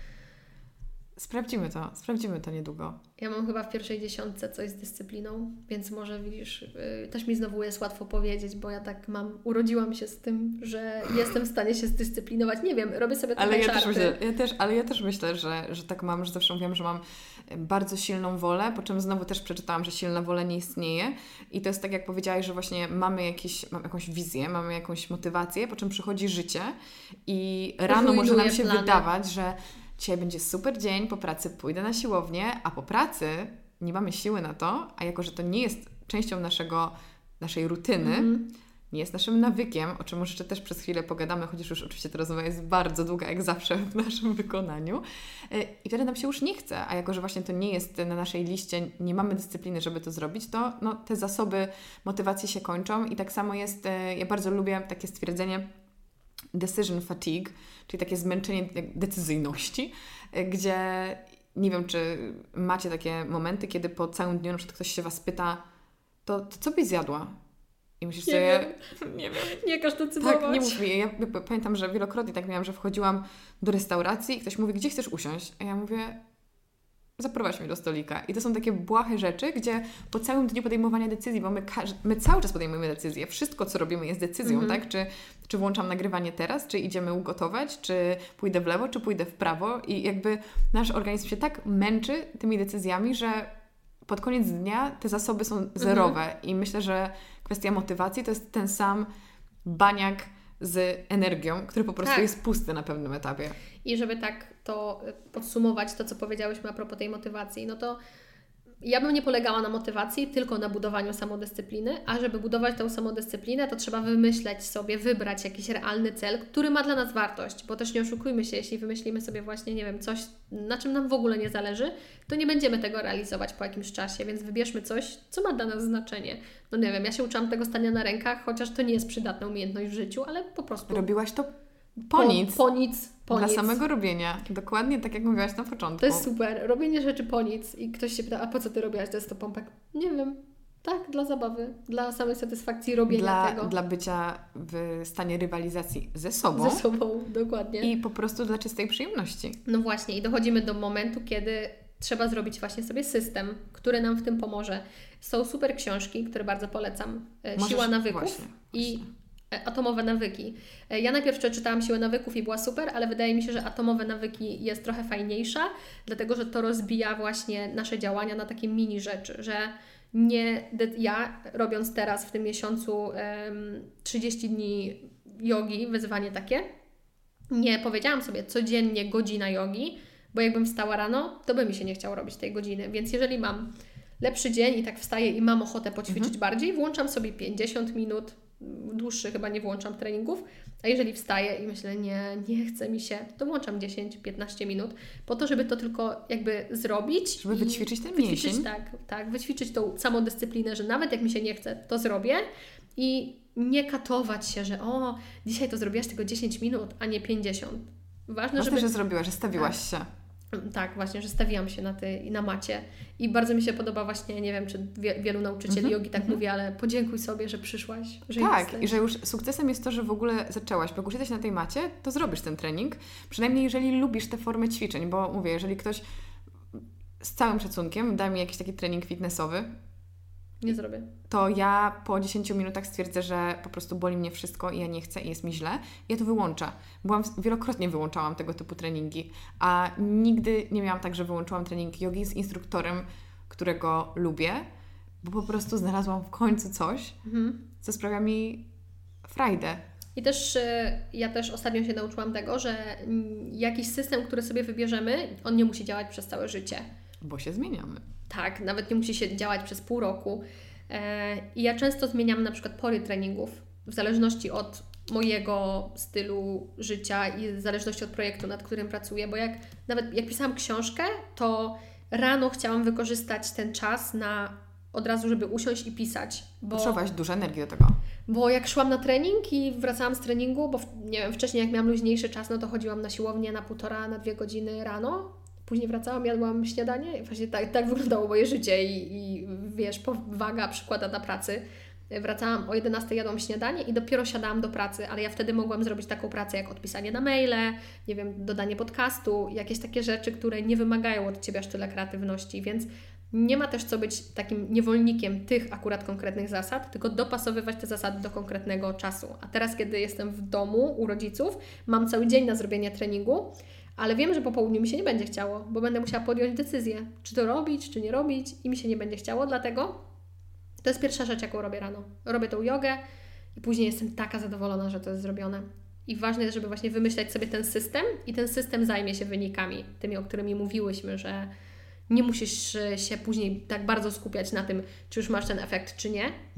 Sprawdzimy to, sprawdzimy to niedługo. Ja mam chyba w pierwszej dziesiątce coś z dyscypliną, więc może widzisz, yy, też mi znowu jest łatwo powiedzieć, bo ja tak mam, urodziłam się z tym, że jestem w stanie się zdyscyplinować. Nie wiem, robię sobie takie ale ja czarty. też myślę, ja też, ale ja też myślę, że, że tak mam, że zawsze mówiłam, że mam bardzo silną wolę, po czym znowu też przeczytałam, że silna wola nie istnieje i to jest tak, jak powiedziałaś, że właśnie mamy jakiś, mamy jakąś wizję, mamy jakąś motywację, po czym przychodzi życie i rano może nam się plany. wydawać, że dzisiaj będzie super dzień, po pracy pójdę na siłownię, a po pracy nie mamy siły na to, a jako, że to nie jest częścią naszego, naszej rutyny, mm-hmm. nie jest naszym nawykiem, o czym jeszcze też przez chwilę pogadamy, chociaż już oczywiście ta rozmowa jest bardzo długa, jak zawsze w naszym wykonaniu. I wtedy nam się już nie chce, a jako, że właśnie to nie jest na naszej liście, nie mamy dyscypliny, żeby to zrobić, to no, te zasoby motywacji się kończą i tak samo jest, ja bardzo lubię takie stwierdzenie decision fatigue, czyli takie zmęczenie decyzyjności, gdzie nie wiem, czy macie takie momenty, kiedy po całym dniu na przykład ktoś się Was pyta, to, to co byś zjadła? I myślisz nie sobie, wiem. nie wiem. Nie każ decydować. Tak, nie mów mi. Ja, ja pamiętam, że wielokrotnie tak miałam, że wchodziłam do restauracji i ktoś mówi, gdzie chcesz usiąść? A ja mówię, zaprowadź mnie do stolika. I to są takie błahe rzeczy, gdzie po całym dniu podejmowania decyzji, bo my, my cały czas podejmujemy decyzje, wszystko co robimy jest decyzją, mm-hmm. tak? Czy, czy włączam nagrywanie teraz, czy idziemy ugotować, czy pójdę w lewo, czy pójdę w prawo i jakby nasz organizm się tak męczy tymi decyzjami, że pod koniec dnia te zasoby są zerowe mm-hmm. i myślę, że kwestia motywacji to jest ten sam baniak z energią, który po prostu tak. jest pusty na pewnym etapie. I żeby tak to podsumować, to co powiedziałyśmy a propos tej motywacji, no to ja bym nie polegała na motywacji, tylko na budowaniu samodyscypliny, a żeby budować tę samodyscyplinę, to trzeba wymyśleć sobie, wybrać jakiś realny cel, który ma dla nas wartość, bo też nie oszukujmy się, jeśli wymyślimy sobie właśnie, nie wiem, coś, na czym nam w ogóle nie zależy, to nie będziemy tego realizować po jakimś czasie, więc wybierzmy coś, co ma dla nas znaczenie. No nie wiem, ja się uczyłam tego stania na rękach, chociaż to nie jest przydatna umiejętność w życiu, ale po prostu... Robiłaś to po, po nic. Po nic. Po Dla nic. samego robienia. Dokładnie tak, jak mówiłaś na początku. To jest super. Robienie rzeczy po nic. I ktoś się pyta, a po co Ty robiłaś testopompek? Nie wiem. Tak, dla zabawy. Dla samej satysfakcji robienia dla, tego. Dla bycia w stanie rywalizacji ze sobą. Ze sobą, dokładnie. I po prostu dla czystej przyjemności. No właśnie. I dochodzimy do momentu, kiedy trzeba zrobić właśnie sobie system, który nam w tym pomoże. Są super książki, które bardzo polecam. Możesz, Siła nawyków. Właśnie, i właśnie. Atomowe nawyki. Ja najpierw przeczytałam Siłę nawyków i była super, ale wydaje mi się, że Atomowe nawyki jest trochę fajniejsza, dlatego że to rozbija właśnie nasze działania na takie mini rzeczy, że nie, ja robiąc teraz w tym miesiącu um, trzydzieści dni jogi, wyzwanie takie, nie powiedziałam sobie codziennie godzina jogi, bo jakbym wstała rano, to by mi się nie chciało robić tej godziny, więc jeżeli mam lepszy dzień i tak wstaję i mam ochotę poćwiczyć mhm. bardziej, włączam sobie pięćdziesiąt minut, dłuższy chyba nie włączam treningów, a jeżeli wstaję i myślę, nie, nie chce mi się, to włączam dziesięć piętnaście minut, po to, żeby to tylko jakby zrobić. Żeby wyćwiczyć ten wyćwiczyć, mięsień. Tak, tak, wyćwiczyć tą samodyscyplinę, że nawet jak mi się nie chce, to zrobię i nie katować się, że o, dzisiaj to zrobiłaś tylko dziesięć minut, a nie pięćdziesiąt. Ważne, Ważne żeby... że zrobiłaś, że stawiłaś tak. się. Tak, właśnie, że stawiłam się na, tej, na macie i bardzo mi się podoba właśnie, nie wiem, czy wie, wielu nauczycieli mm-hmm. jogi tak mm-hmm. mówi, ale podziękuj sobie, że przyszłaś, że Tak, jesteś. i że już sukcesem jest to, że w ogóle zaczęłaś, bo jak już jesteś na tej macie, to zrobisz ten trening, przynajmniej jeżeli lubisz tę formę ćwiczeń, bo mówię, jeżeli ktoś z całym szacunkiem da mi jakiś taki trening fitnessowy, nie zrobię. To ja po dziesięciu minutach stwierdzę, że po prostu boli mnie wszystko i ja nie chcę i jest mi źle. I ja to wyłączę. Byłam, wielokrotnie wyłączałam tego typu treningi, a nigdy nie miałam tak, że wyłączyłam trening jogi z instruktorem, którego lubię, bo po prostu znalazłam w końcu coś, mhm. co sprawia mi frajdę. I też ja też ostatnio się nauczyłam tego, że jakiś system, który sobie wybierzemy, on nie musi działać przez całe życie. Bo się zmieniamy. Tak, nawet nie musi się działać przez pół roku. I ja często zmieniam na przykład pory treningów w zależności od mojego stylu życia i w zależności od projektu, nad którym pracuję, bo jak nawet jak pisałam książkę, to rano chciałam wykorzystać ten czas na od razu, żeby usiąść i pisać. Bo, Potrzebowałaś dużo energii do tego. Bo jak szłam na trening i wracałam z treningu, bo nie wiem, wcześniej jak miałam luźniejszy czas, no to chodziłam na siłownię na półtora, na dwie godziny rano. Później wracałam, jadłam śniadanie i właśnie tak, tak wyglądało moje życie i, i wiesz, waga przykładana pracy. Wracałam o jedenastej, jadłam śniadanie i dopiero siadałam do pracy, ale ja wtedy mogłam zrobić taką pracę jak odpisanie na maile, nie wiem, dodanie podcastu, jakieś takie rzeczy, które nie wymagają od Ciebie aż tyle kreatywności, więc nie ma też co być takim niewolnikiem tych akurat konkretnych zasad, tylko dopasowywać te zasady do konkretnego czasu. A teraz, kiedy jestem w domu u rodziców, mam cały dzień na zrobienie treningu, ale wiem, że po południu mi się nie będzie chciało, bo będę musiała podjąć decyzję, czy to robić, czy nie robić i mi się nie będzie chciało, dlatego to jest pierwsza rzecz, jaką robię rano. Robię tą jogę i później jestem taka zadowolona, że to jest zrobione. I ważne jest, żeby właśnie wymyślać sobie ten system i ten system zajmie się wynikami, tymi, o którymi mówiłyśmy, że nie musisz się później tak bardzo skupiać na tym, czy już masz ten efekt, czy nie,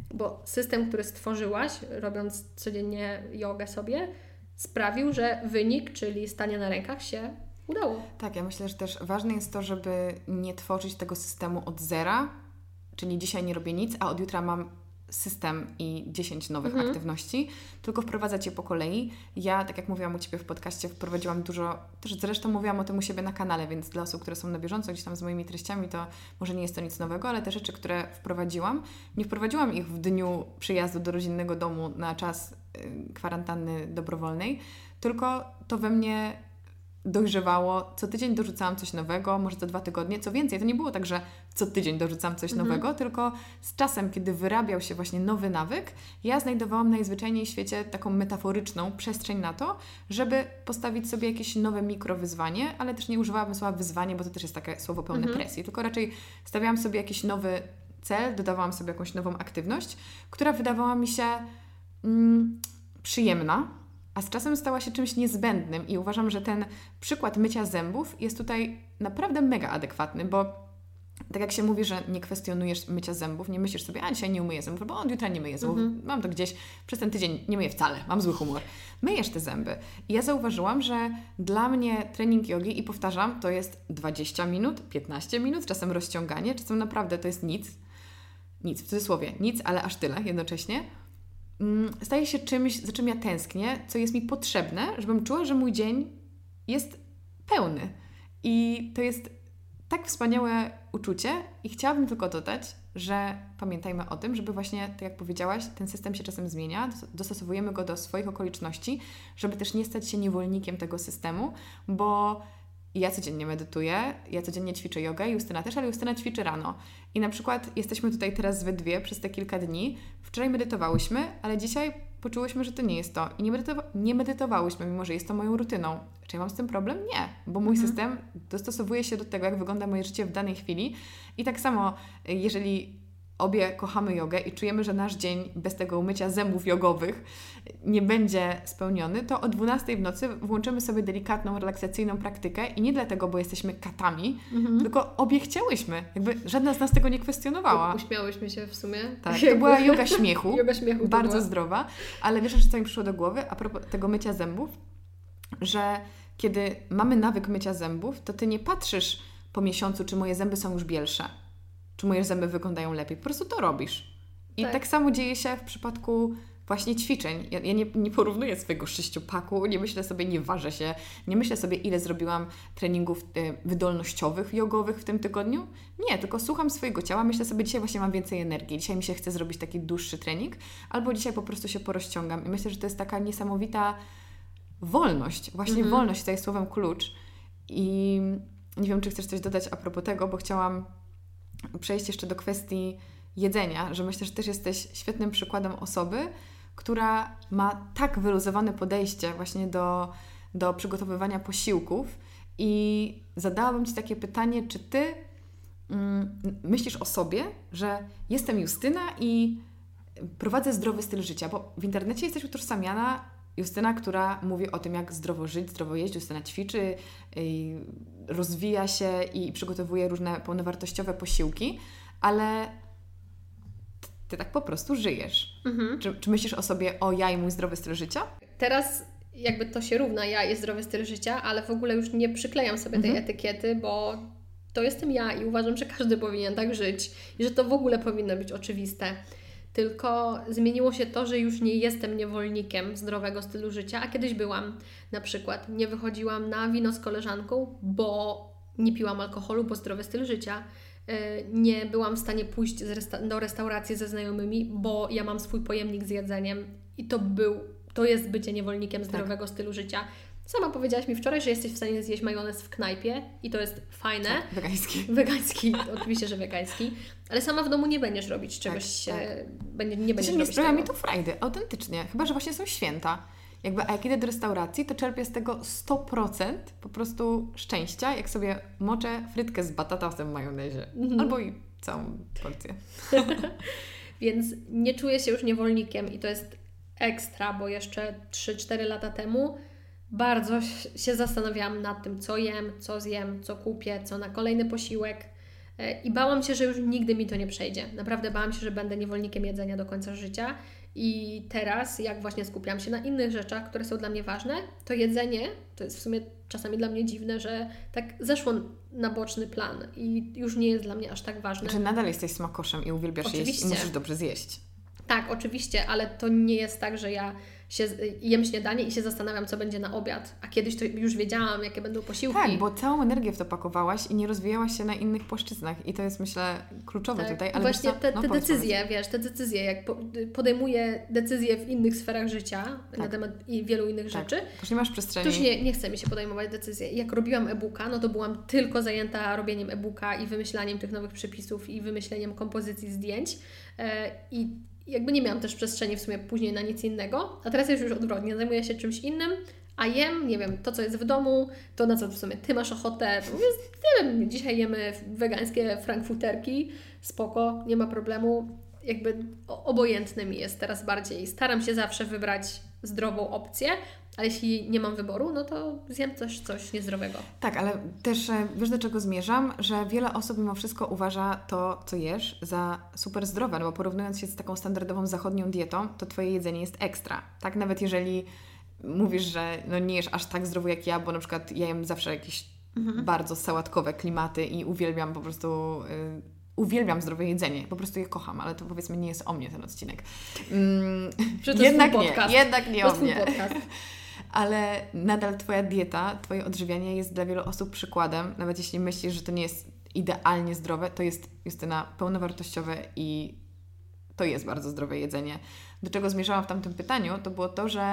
bo system, który stworzyłaś, robiąc codziennie jogę sobie, sprawił, że wynik, czyli stanie na rękach, się udało. Tak, ja myślę, że też ważne jest to, żeby nie tworzyć tego systemu od zera, czyli dzisiaj nie robię nic, a od jutra mam system i dziesięć nowych mhm. aktywności, tylko wprowadzać je po kolei. Ja, tak jak mówiłam u Ciebie w podcaście, wprowadziłam dużo, też zresztą mówiłam o tym u siebie na kanale, więc dla osób, które są na bieżąco gdzieś tam z moimi treściami, to może nie jest to nic nowego, ale te rzeczy, które wprowadziłam, nie wprowadziłam ich w dniu przyjazdu do rodzinnego domu na czas yy, kwarantanny dobrowolnej, tylko to we mnie dojrzewało, co tydzień dorzucałam coś nowego, może co dwa tygodnie, co więcej, to nie było tak, że co tydzień dorzucam coś mhm. nowego, tylko z czasem, kiedy wyrabiał się właśnie nowy nawyk, ja znajdowałam najzwyczajniej w świecie taką metaforyczną przestrzeń na to, żeby postawić sobie jakieś nowe mikrowyzwanie, ale też nie używałabym słowa wyzwanie, bo to też jest takie słowo pełne mhm. presji, tylko raczej stawiałam sobie jakiś nowy cel, dodawałam sobie jakąś nową aktywność, która wydawała mi się mm, przyjemna, a z czasem stała się czymś niezbędnym i uważam, że ten przykład mycia zębów jest tutaj naprawdę mega adekwatny, bo tak jak się mówi, że nie kwestionujesz mycia zębów, nie myślisz sobie, a dzisiaj nie umyję zębów, bo od jutra nie myję zębów, mm-hmm. mam to gdzieś, przez ten tydzień nie myję wcale, mam zły humor. Myjesz te zęby. I ja zauważyłam, że dla mnie trening jogi, i powtarzam, to jest dwadzieścia minut, piętnaście minut, czasem rozciąganie, czasem naprawdę to jest nic, nic, w cudzysłowie, nic, ale aż tyle jednocześnie. Staje się czymś, za czym ja tęsknię, co jest mi potrzebne, żebym czuła, że mój dzień jest pełny. I to jest tak wspaniałe uczucie i chciałabym tylko dodać, że pamiętajmy o tym, żeby właśnie, tak jak powiedziałaś, ten system się czasem zmienia, dostosowujemy go do swoich okoliczności, żeby też nie stać się niewolnikiem tego systemu, bo ja codziennie medytuję, ja codziennie ćwiczę jogę, Justyna też, ale Justyna ćwiczy rano. I na przykład jesteśmy tutaj teraz we dwie przez te kilka dni. Wczoraj medytowałyśmy, ale dzisiaj poczułyśmy, że to nie jest to. I nie, medytowa- nie medytowałyśmy, mimo że jest to moją rutyną. Czy ja mam z tym problem? Nie, bo mój mhm. system dostosowuje się do tego, jak wygląda moje życie w danej chwili. I tak samo, jeżeli obie kochamy jogę i czujemy, że nasz dzień bez tego umycia zębów jogowych nie będzie spełniony, to o dwunastej w nocy włączymy sobie delikatną, relaksacyjną praktykę i nie dlatego, bo jesteśmy katami, mhm. tylko obie chciałyśmy. Jakby żadna z nas tego nie kwestionowała. Uśmiałyśmy się w sumie. Tak, to była joga śmiechu. Joga śmiechu bardzo była. zdrowa, ale wiesz, co mi przyszło do głowy a propos tego mycia zębów, że kiedy mamy nawyk mycia zębów, to Ty nie patrzysz po miesiącu, czy moje zęby są już bielsze, czy moje zęby wyglądają lepiej. Po prostu to robisz. I tak, tak samo dzieje się w przypadku właśnie ćwiczeń. Ja, ja nie, nie porównuję swojego sześciopaku, nie myślę sobie, nie ważę się, nie myślę sobie, ile zrobiłam treningów y, wydolnościowych, jogowych w tym tygodniu. Nie, tylko słucham swojego ciała, myślę sobie, dzisiaj właśnie mam więcej energii, dzisiaj mi się chce zrobić taki dłuższy trening, albo dzisiaj po prostu się porozciągam. I myślę, że to jest taka niesamowita wolność. Właśnie mhm. wolność to jest słowem klucz. I nie wiem, czy chcesz coś dodać a propos tego, bo chciałam przejść jeszcze do kwestii jedzenia, że myślę, że też jesteś świetnym przykładem osoby, która ma tak wyluzowane podejście właśnie do, do przygotowywania posiłków i zadałabym Ci takie pytanie, czy Ty mm, myślisz o sobie, że jestem Justyna i prowadzę zdrowy styl życia, bo w internecie jesteś utożsamiana Justyna, która mówi o tym, jak zdrowo żyć, zdrowo jeść. Justyna ćwiczy, rozwija się i przygotowuje różne pełnowartościowe posiłki, ale Ty tak po prostu żyjesz. Mhm. Czy, czy myślisz o sobie, o ja i mój zdrowy styl życia? Teraz jakby to się równa, ja i zdrowy styl życia, ale w ogóle już nie przyklejam sobie tej mhm. etykiety, bo to jestem ja i uważam, że każdy powinien tak żyć i że to w ogóle powinno być oczywiste. Tylko zmieniło się to, że już nie jestem niewolnikiem zdrowego stylu życia, a kiedyś byłam. Na przykład nie wychodziłam na wino z koleżanką, bo nie piłam alkoholu, bo zdrowy styl życia. Nie byłam w stanie pójść do restauracji ze znajomymi, bo ja mam swój pojemnik z jedzeniem i to był, to jest bycie niewolnikiem zdrowego tak. stylu życia. Sama powiedziałaś mi wczoraj, że jesteś w stanie zjeść majonez w knajpie i to jest fajne. Tak, wegański. Wegański, oczywiście, że wegański. Ale sama w domu nie będziesz robić czegoś, tak, tak. Będzie, nie będziesz nie robić sprawia tego. mi to frajdy, autentycznie. Chyba, że właśnie są święta. Jakby, a jak idę do restauracji, to czerpię z tego sto procent po prostu szczęścia, jak sobie moczę frytkę z batata w tym majonezie. Mhm. Albo i całą porcję. Więc nie czuję się już niewolnikiem i to jest ekstra, bo jeszcze trzy cztery lata temu bardzo się zastanawiałam nad tym, co jem, co zjem, co kupię, co na kolejny posiłek. I bałam się, że już nigdy mi to nie przejdzie. Naprawdę bałam się, że będę niewolnikiem jedzenia do końca życia. I teraz, jak właśnie skupiam się na innych rzeczach, które są dla mnie ważne, to jedzenie, to jest w sumie czasami dla mnie dziwne, że tak zeszło na boczny plan i już nie jest dla mnie aż tak ważne. Że nadal jesteś smakoszem i uwielbiasz Oczywiście. jeść i musisz dobrze zjeść. Tak, oczywiście, ale to nie jest tak, że ja się jem śniadanie i się zastanawiam, co będzie na obiad, a kiedyś to już wiedziałam, jakie będą posiłki. Tak, bo całą energię w to pakowałaś i nie rozwijałaś się na innych płaszczyznach i to jest, myślę, kluczowe tak. tutaj. Ale właśnie co? te, no, te powiedz, decyzje, powiedz. wiesz, te decyzje, jak podejmuję decyzje w innych sferach życia tak. na temat i wielu innych tak. rzeczy, to już nie masz przestrzeni. to już nie, nie chce mi się podejmować decyzji. Jak robiłam e-booka, no to byłam tylko zajęta robieniem e-booka i wymyślaniem tych nowych przepisów i wymyśleniem kompozycji zdjęć e, i jakby nie miałam też przestrzeni w sumie później na nic innego, a teraz jest już odwrotnie, zajmuję się czymś innym, a jem, nie wiem, to co jest w domu, to na co w sumie Ty masz ochotę, to jest, nie wiem, dzisiaj jemy wegańskie frankfurterki, spoko, nie ma problemu, jakby obojętne mi jest teraz bardziej, staram się zawsze wybrać zdrową opcję, ale jeśli nie mam wyboru, no to zjem też coś niezdrowego. Tak, ale też wiesz, do czego zmierzam, że wiele osób mimo wszystko uważa to, co jesz, za super zdrowe, no bo porównując się z taką standardową zachodnią dietą, to Twoje jedzenie jest ekstra, tak? Nawet jeżeli mówisz, że no nie jesz aż tak zdrowo jak ja, bo na przykład ja jem zawsze jakieś mhm. bardzo sałatkowe klimaty i uwielbiam po prostu... Yy, Uwielbiam zdrowe jedzenie, po prostu je kocham, ale to powiedzmy nie jest o mnie ten odcinek. Mm, jednak nie, jednak nie o mnie. Ale nadal Twoja dieta, Twoje odżywianie jest dla wielu osób przykładem, nawet jeśli myślisz, że to nie jest idealnie zdrowe, to jest, Justyna, pełnowartościowe i to jest bardzo zdrowe jedzenie. Do czego zmierzałam w tamtym pytaniu, to było to, że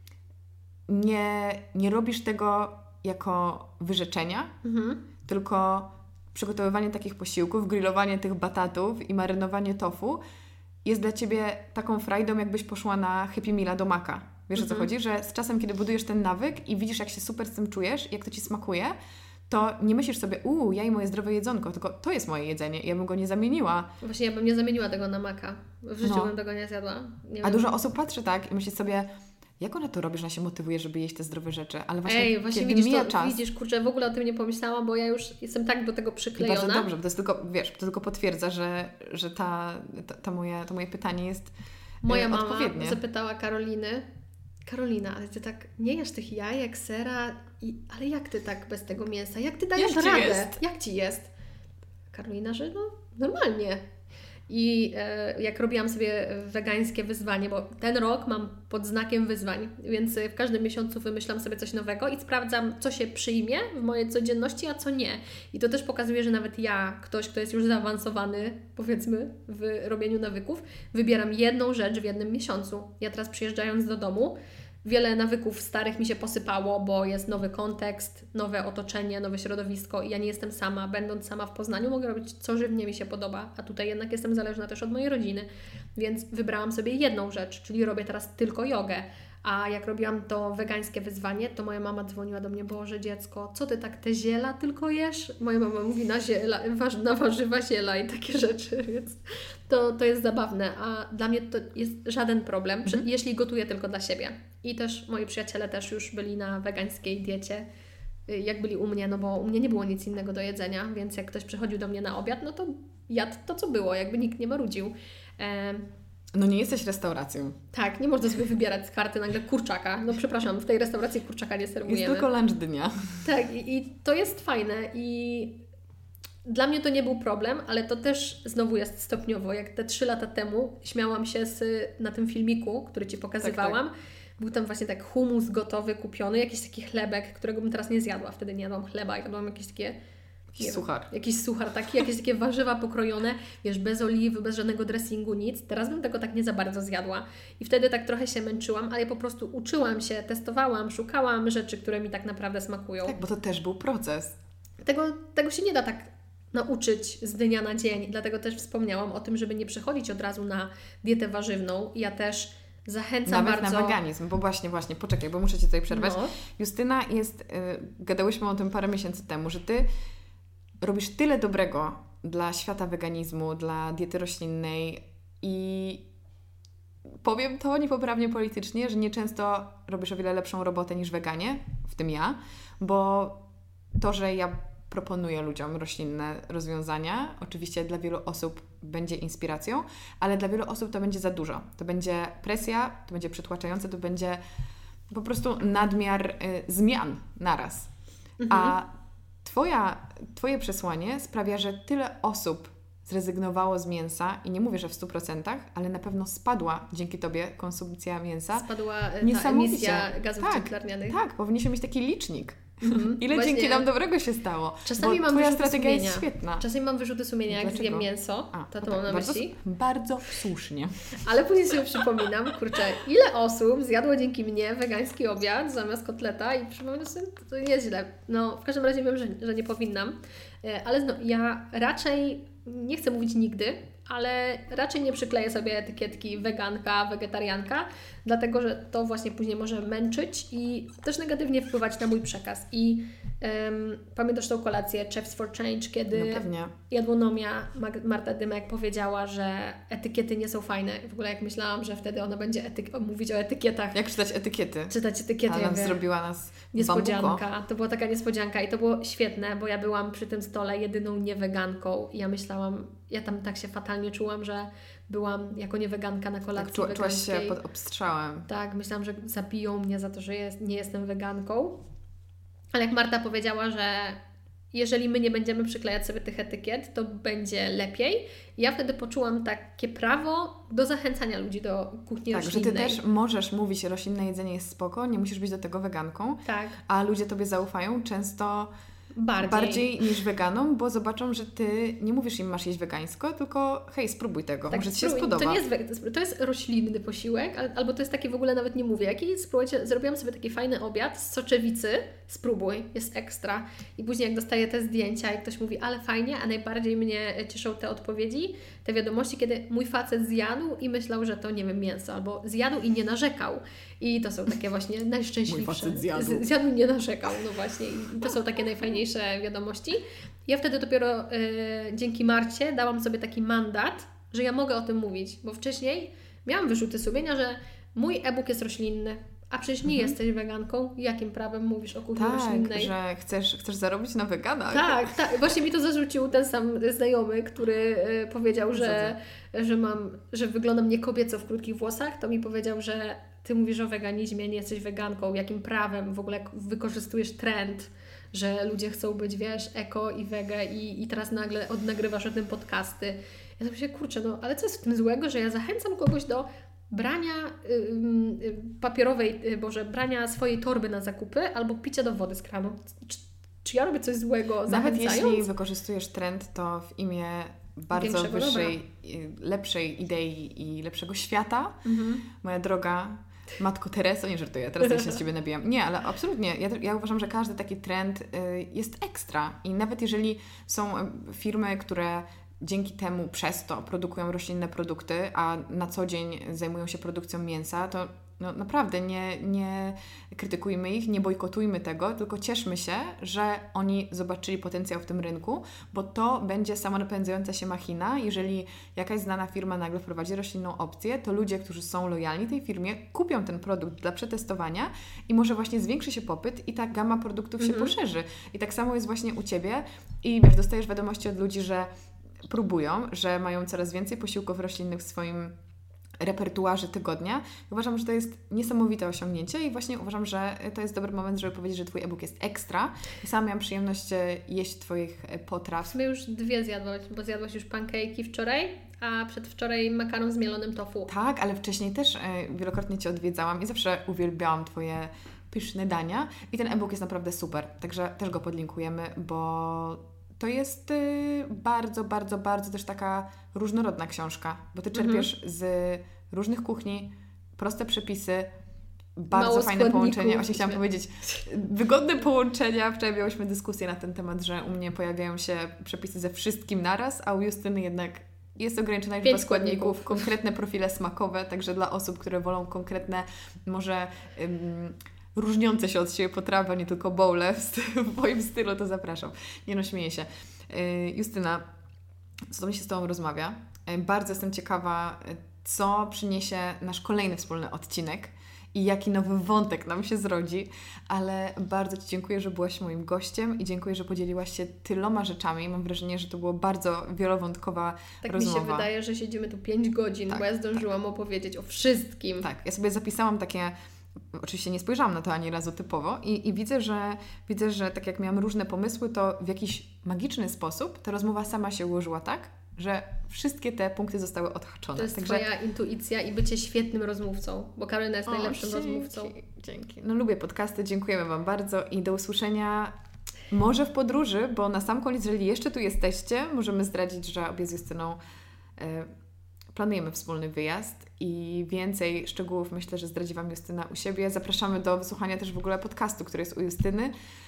nie, nie robisz tego jako wyrzeczenia, mhm. tylko przygotowywanie takich posiłków, grillowanie tych batatów i marynowanie tofu jest dla Ciebie taką frajdą, jakbyś poszła na Happy Meala do Maka. Wiesz, mm-hmm. o co chodzi? Że z czasem, kiedy budujesz ten nawyk i widzisz, jak się super z tym czujesz, jak to Ci smakuje, to nie myślisz sobie, uuu, ja i moje zdrowe jedzonko, tylko to jest moje jedzenie i ja bym go nie zamieniła. Właśnie ja bym nie zamieniła tego na Maka. W życiu no. bym tego nie zjadła. Nie A wiem. Dużo osób patrzy tak i myśli sobie, jak ona to robi, że ona się motywuje, żeby jeść te zdrowe rzeczy, ale właśnie, Ej, właśnie kiedy widzisz, mija to, czas... widzisz, kurczę, w ogóle o tym nie pomyślałam, bo ja już jestem tak do tego przyklejona. I bardzo dobrze, bo to jest tylko, wiesz, to tylko potwierdza, że, że ta, ta, ta moje, to moje pytanie jest Moja e, mama odpowiednie. zapytała Karoliny, Karolina, ale Ty tak nie jesz tych jajek, sera, i, ale jak Ty tak bez tego mięsa? Jak Ty dajesz jak radę? Jest? Jak Ci jest? Karolina, że no normalnie. I e, jak robiłam sobie wegańskie wyzwanie, bo ten rok mam pod znakiem wyzwań, więc w każdym miesiącu wymyślam sobie coś nowego i sprawdzam, co się przyjmie w mojej codzienności, a co nie. I to też pokazuje, że nawet ja, ktoś, kto jest już zaawansowany, powiedzmy, w robieniu nawyków, wybieram jedną rzecz w jednym miesiącu. Ja teraz przyjeżdżając do domu, wiele nawyków starych mi się posypało, bo jest nowy kontekst, nowe otoczenie, nowe środowisko i ja nie jestem sama. Będąc sama w Poznaniu mogę robić, co żywnie mi się podoba, a tutaj jednak jestem zależna też od mojej rodziny. Więc wybrałam sobie jedną rzecz, czyli robię teraz tylko jogę. A jak robiłam to wegańskie wyzwanie, to moja mama dzwoniła do mnie, Boże dziecko, co Ty tak te ziela tylko jesz? Moja mama mówi na, ziela, na warzywa ziela i takie rzeczy, więc to, to jest zabawne. A dla mnie to jest żaden problem, mhm. jeśli gotuję tylko dla siebie. I też moi przyjaciele też już byli na wegańskiej diecie, jak byli u mnie, no bo u mnie nie było nic innego do jedzenia, więc jak ktoś przychodził do mnie na obiad, no to jadł to, co było, jakby nikt nie marudził. E- No nie jesteś restauracją. Tak, nie można sobie wybierać z karty nagle kurczaka. No przepraszam, w tej restauracji kurczaka nie serwujemy. Jest tylko lunch dnia. Tak, i, i to jest fajne i dla mnie to nie był problem, ale to też znowu jest stopniowo. Jak te trzy lata temu śmiałam się z, na tym filmiku, który Ci pokazywałam. Tak, tak. Był tam właśnie tak humus gotowy, kupiony, jakiś taki chlebek, którego bym teraz nie zjadła. Wtedy nie jadłam chleba, jadłam jakieś takie... Jakiś suchar. Wiem, jakiś suchar taki, jakieś takie warzywa pokrojone, wiesz, bez oliwy, bez żadnego dressingu, nic. Teraz bym tego tak nie za bardzo zjadła. I wtedy tak trochę się męczyłam, ale ja po prostu uczyłam się, testowałam, szukałam rzeczy, które mi tak naprawdę smakują. Tak, bo to też był proces. Tego, tego się nie da tak nauczyć z dnia na dzień. Dlatego też wspomniałam o tym, żeby nie przechodzić od razu na dietę warzywną. Ja też zachęcam Nawet bardzo... na weganizm, bo właśnie, właśnie, poczekaj, bo muszę Cię tutaj przerwać. No. Justyna jest, yy, gadałyśmy o tym parę miesięcy temu, że Ty robisz tyle dobrego dla świata weganizmu, dla diety roślinnej i powiem to niepoprawnie politycznie, że nieczęsto robisz o wiele lepszą robotę niż weganie, w tym ja, bo to, że ja proponuję ludziom roślinne rozwiązania. Oczywiście dla wielu osób będzie inspiracją, ale dla wielu osób to będzie za dużo. To będzie presja, to będzie przytłaczające, to będzie po prostu nadmiar y, zmian naraz. Mhm. A twoja, Twoje przesłanie sprawia, że tyle osób zrezygnowało z mięsa i nie mówię, że w stu procentach, ale na pewno spadła dzięki Tobie konsumpcja mięsa. Spadła ta emisja gazów tak, cieplarnianych. Tak, powinniśmy mieć taki licznik. Mm-hmm. Ile Właśnie. dzięki nam dobrego się stało? Czasami bo mam Twoja wyrzuty strategia sumienia. jest świetna. Czasami mam wyrzuty sumienia, jak Dlaczego? zjem mięso, A, to to no mam tak, na bardzo, myśli. Bardzo słusznie. Ale później sobie przypominam, kurczę, ile osób zjadło dzięki mnie wegański obiad zamiast kotleta i przypominam sobie, to nie jest źle. No, w każdym razie wiem, że, że nie powinnam. Ale no, ja raczej, nie chcę mówić nigdy, ale raczej nie przykleję sobie etykietki weganka, wegetarianka, dlatego że to właśnie później może męczyć i też negatywnie wpływać na mój przekaz. I um, pamiętasz tą kolację Chefs for Change, kiedy no Jadłonomia Mag- Marta Dymek powiedziała, że etykiety nie są fajne. W ogóle jak myślałam, że wtedy ona będzie etyk- mówić o etykietach. Jak czytać etykiety? Czytać etykiety. Ale ja zrobiła nas niespodzianka. bambuko. To była taka niespodzianka i to było świetne, bo ja byłam przy tym stole jedyną nieweganką i ja myślałam, ja tam tak się fatalnie czułam, że byłam jako nieweganka na kolacji tak, czu, wegańskiej. Czułaś się pod obstrzałem. Tak, myślałam, że zabiją mnie za to, że jest, nie jestem weganką. Ale jak Marta powiedziała, że jeżeli my nie będziemy przyklejać sobie tych etykiet, to będzie lepiej. Ja wtedy poczułam takie prawo do zachęcania ludzi do kuchni tak, roślinnej. Tak, że Ty też możesz mówić, że roślinne jedzenie jest spoko, nie musisz być do tego weganką, tak. a ludzie Tobie zaufają często bardziej. bardziej niż weganom, bo zobaczą, że Ty nie mówisz im, masz jeść wegańsko, tylko hej, spróbuj tego, tak, może Ci się spodoba. To nie jest, we- to jest roślinny posiłek, albo to jest taki w ogóle nawet nie mówię. Jaki spróbujcie, zrobiłam sobie taki fajny obiad z soczewicy, spróbuj, jest ekstra. I później jak dostaję te zdjęcia i ktoś mówi, ale fajnie, a najbardziej mnie cieszą te odpowiedzi, te wiadomości, kiedy mój facet zjadł i myślał, że to nie wiem, mięso, albo zjadł i nie narzekał. I to są takie właśnie najszczęśliwsze. Mój facet zjadł. Z, zjadł i nie narzekał, no właśnie. I to są takie najfajniejsze wiadomości. Ja wtedy dopiero y, dzięki Marcie dałam sobie taki mandat, że ja mogę o tym mówić, bo wcześniej miałam wyrzuty sumienia, że mój e-book jest roślinny, a przecież nie mhm. jesteś weganką. Jakim prawem mówisz o kuchni tak, roślinnej? że chcesz, chcesz zarobić na weganach. Tak, tak. Właśnie mi to zarzucił ten sam znajomy, który y, powiedział, że, że mam, że wyglądam nie kobieco w krótkich włosach. To mi powiedział, że Ty mówisz o weganizmie, nie jesteś weganką. Jakim prawem w ogóle wykorzystujesz trend, że ludzie chcą być, wiesz, eko i wege i, i teraz nagle odnagrywasz o tym podcasty. Ja sobie myślę, kurczę, no ale co jest w tym złego, że ja zachęcam kogoś do brania y, y, papierowej, y, boże, brania swojej torby na zakupy albo picia do wody z kranu. Czy, czy ja robię coś złego zachęcając? Nawet jeśli wykorzystujesz trend, to w imię bardzo Większego wyższej, dobra. lepszej idei i lepszego świata, mhm. moja droga Matko Tereso, nie żartuję, teraz ja się z Ciebie nabijam. Nie, ale absolutnie. Ja, ja uważam, że każdy taki trend y, jest ekstra. I nawet jeżeli są firmy, które dzięki temu przez to produkują roślinne produkty, a na co dzień zajmują się produkcją mięsa, to no naprawdę nie, nie krytykujmy ich, nie bojkotujmy tego, tylko cieszmy się, że oni zobaczyli potencjał w tym rynku, bo to będzie samonapędzająca się machina. Jeżeli jakaś znana firma nagle wprowadzi roślinną opcję, to ludzie, którzy są lojalni tej firmie, kupią ten produkt dla przetestowania i może właśnie zwiększy się popyt i ta gama produktów mhm. się poszerzy. I tak samo jest właśnie u Ciebie i wiesz, dostajesz wiadomości od ludzi, że próbują, że mają coraz więcej posiłków roślinnych w swoim repertuarze tygodnia. Uważam, że to jest niesamowite osiągnięcie i właśnie uważam, że to jest dobry moment, żeby powiedzieć, że Twój e-book jest ekstra. I sama miałam przyjemność jeść Twoich potraw. My już dwie zjadłaś, bo zjadłaś już pancake'i wczoraj, a przedwczoraj makaron z mielonym tofu. Tak, ale wcześniej też wielokrotnie Cię odwiedzałam i zawsze uwielbiałam Twoje pyszne dania i ten e-book jest naprawdę super, także też go podlinkujemy, bo to jest y, bardzo, bardzo, bardzo też taka różnorodna książka, bo Ty czerpiesz mhm. z różnych kuchni, proste przepisy, bardzo Mało fajne połączenia. Właśnie chciałam powiedzieć, wygodne połączenia. Wczoraj miałyśmy dyskusję na ten temat, że u mnie pojawiają się przepisy ze wszystkim naraz, a u Justyny jednak jest ograniczona liczba składników, konkretne profile smakowe, także dla osób, które wolą konkretne, może ym, różniące się od siebie potrawy, a nie tylko bowle w, stylu, w moim stylu, to zapraszam. Nie no, śmieję się. Yy, Justyna, cudownie się z Tobą rozmawia. Yy, bardzo jestem ciekawa, co przyniesie nasz kolejny wspólny odcinek i jaki nowy wątek nam się zrodzi, ale bardzo Ci dziękuję, że byłaś moim gościem i dziękuję, że podzieliłaś się tyloma rzeczami. Mam wrażenie, że to była bardzo wielowątkowa tak rozmowa. Tak mi się wydaje, że siedzimy tu pięć godzin, tak, bo ja zdążyłam tak. opowiedzieć o wszystkim. Tak, ja sobie zapisałam takie... Oczywiście nie spojrzałam na to ani razu typowo i, i widzę, że widzę, że tak jak miałam różne pomysły, to w jakiś magiczny sposób ta rozmowa sama się ułożyła tak, że wszystkie te punkty zostały odhaczone. To jest Także... Twoja intuicja i bycie świetnym rozmówcą, bo Karolina jest najlepszym o, dzięki, rozmówcą. Dzięki. No lubię podcasty, dziękujemy Wam bardzo i do usłyszenia może w podróży, bo na sam koniec, jeżeli jeszcze tu jesteście, możemy zdradzić, że obie z Justyną e, planujemy wspólny wyjazd i więcej szczegółów myślę, że zdradzi Wam Justyna u siebie. Zapraszamy do wysłuchania też w ogóle podcastu, który jest u Justyny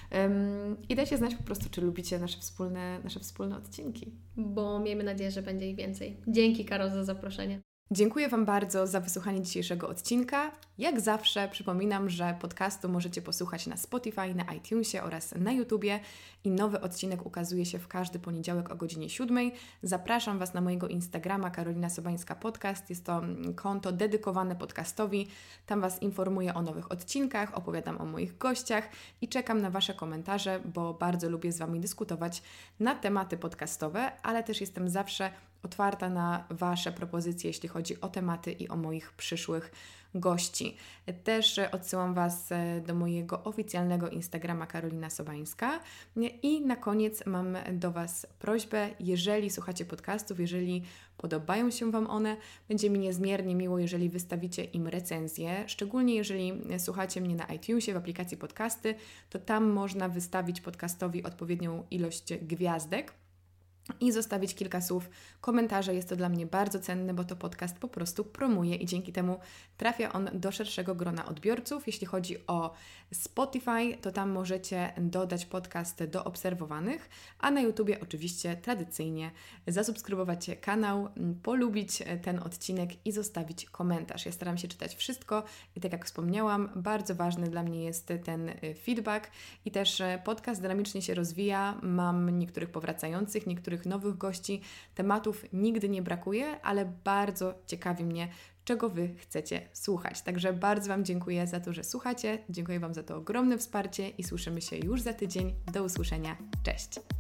um, i dajcie znać po prostu, czy lubicie nasze wspólne, nasze wspólne odcinki. Bo miejmy nadzieję, że będzie ich więcej. Dzięki, Karol, za zaproszenie. Dziękuję Wam bardzo za wysłuchanie dzisiejszego odcinka. Jak zawsze przypominam, że podcastu możecie posłuchać na Spotify, na iTunesie oraz na YouTubie i nowy odcinek ukazuje się w każdy poniedziałek o godzinie siódmej. Zapraszam Was na mojego Instagrama Karolina Sobańska Podcast. Jest to konto dedykowane podcastowi. Tam Was informuję o nowych odcinkach, opowiadam o moich gościach i czekam na Wasze komentarze, bo bardzo lubię z Wami dyskutować na tematy podcastowe, ale też jestem zawsze otwarta na Wasze propozycje, jeśli chodzi o tematy i o moich przyszłych gości. Też odsyłam Was do mojego oficjalnego Instagrama Karolina Sobańska. I na koniec mam do Was prośbę, jeżeli słuchacie podcastów, jeżeli podobają się Wam one, będzie mi niezmiernie miło, jeżeli wystawicie im recenzję, szczególnie jeżeli słuchacie mnie na iTunesie w aplikacji podcasty, to tam można wystawić podcastowi odpowiednią ilość gwiazdek i zostawić kilka słów, komentarze. Jest to dla mnie bardzo cenne, bo to podcast po prostu promuje i dzięki temu trafia on do szerszego grona odbiorców. Jeśli chodzi o Spotify, to tam możecie dodać podcast do obserwowanych, a na YouTubie oczywiście tradycyjnie zasubskrybować kanał, polubić ten odcinek i zostawić komentarz. Ja staram się czytać wszystko i tak jak wspomniałam, bardzo ważny dla mnie jest ten feedback i też podcast dynamicznie się rozwija. Mam niektórych powracających, niektórych nowych gości. Tematów nigdy nie brakuje, ale bardzo ciekawi mnie, czego Wy chcecie słuchać. Także bardzo Wam dziękuję za to, że słuchacie. Dziękuję Wam za to ogromne wsparcie i słyszymy się już za tydzień. Do usłyszenia. Cześć!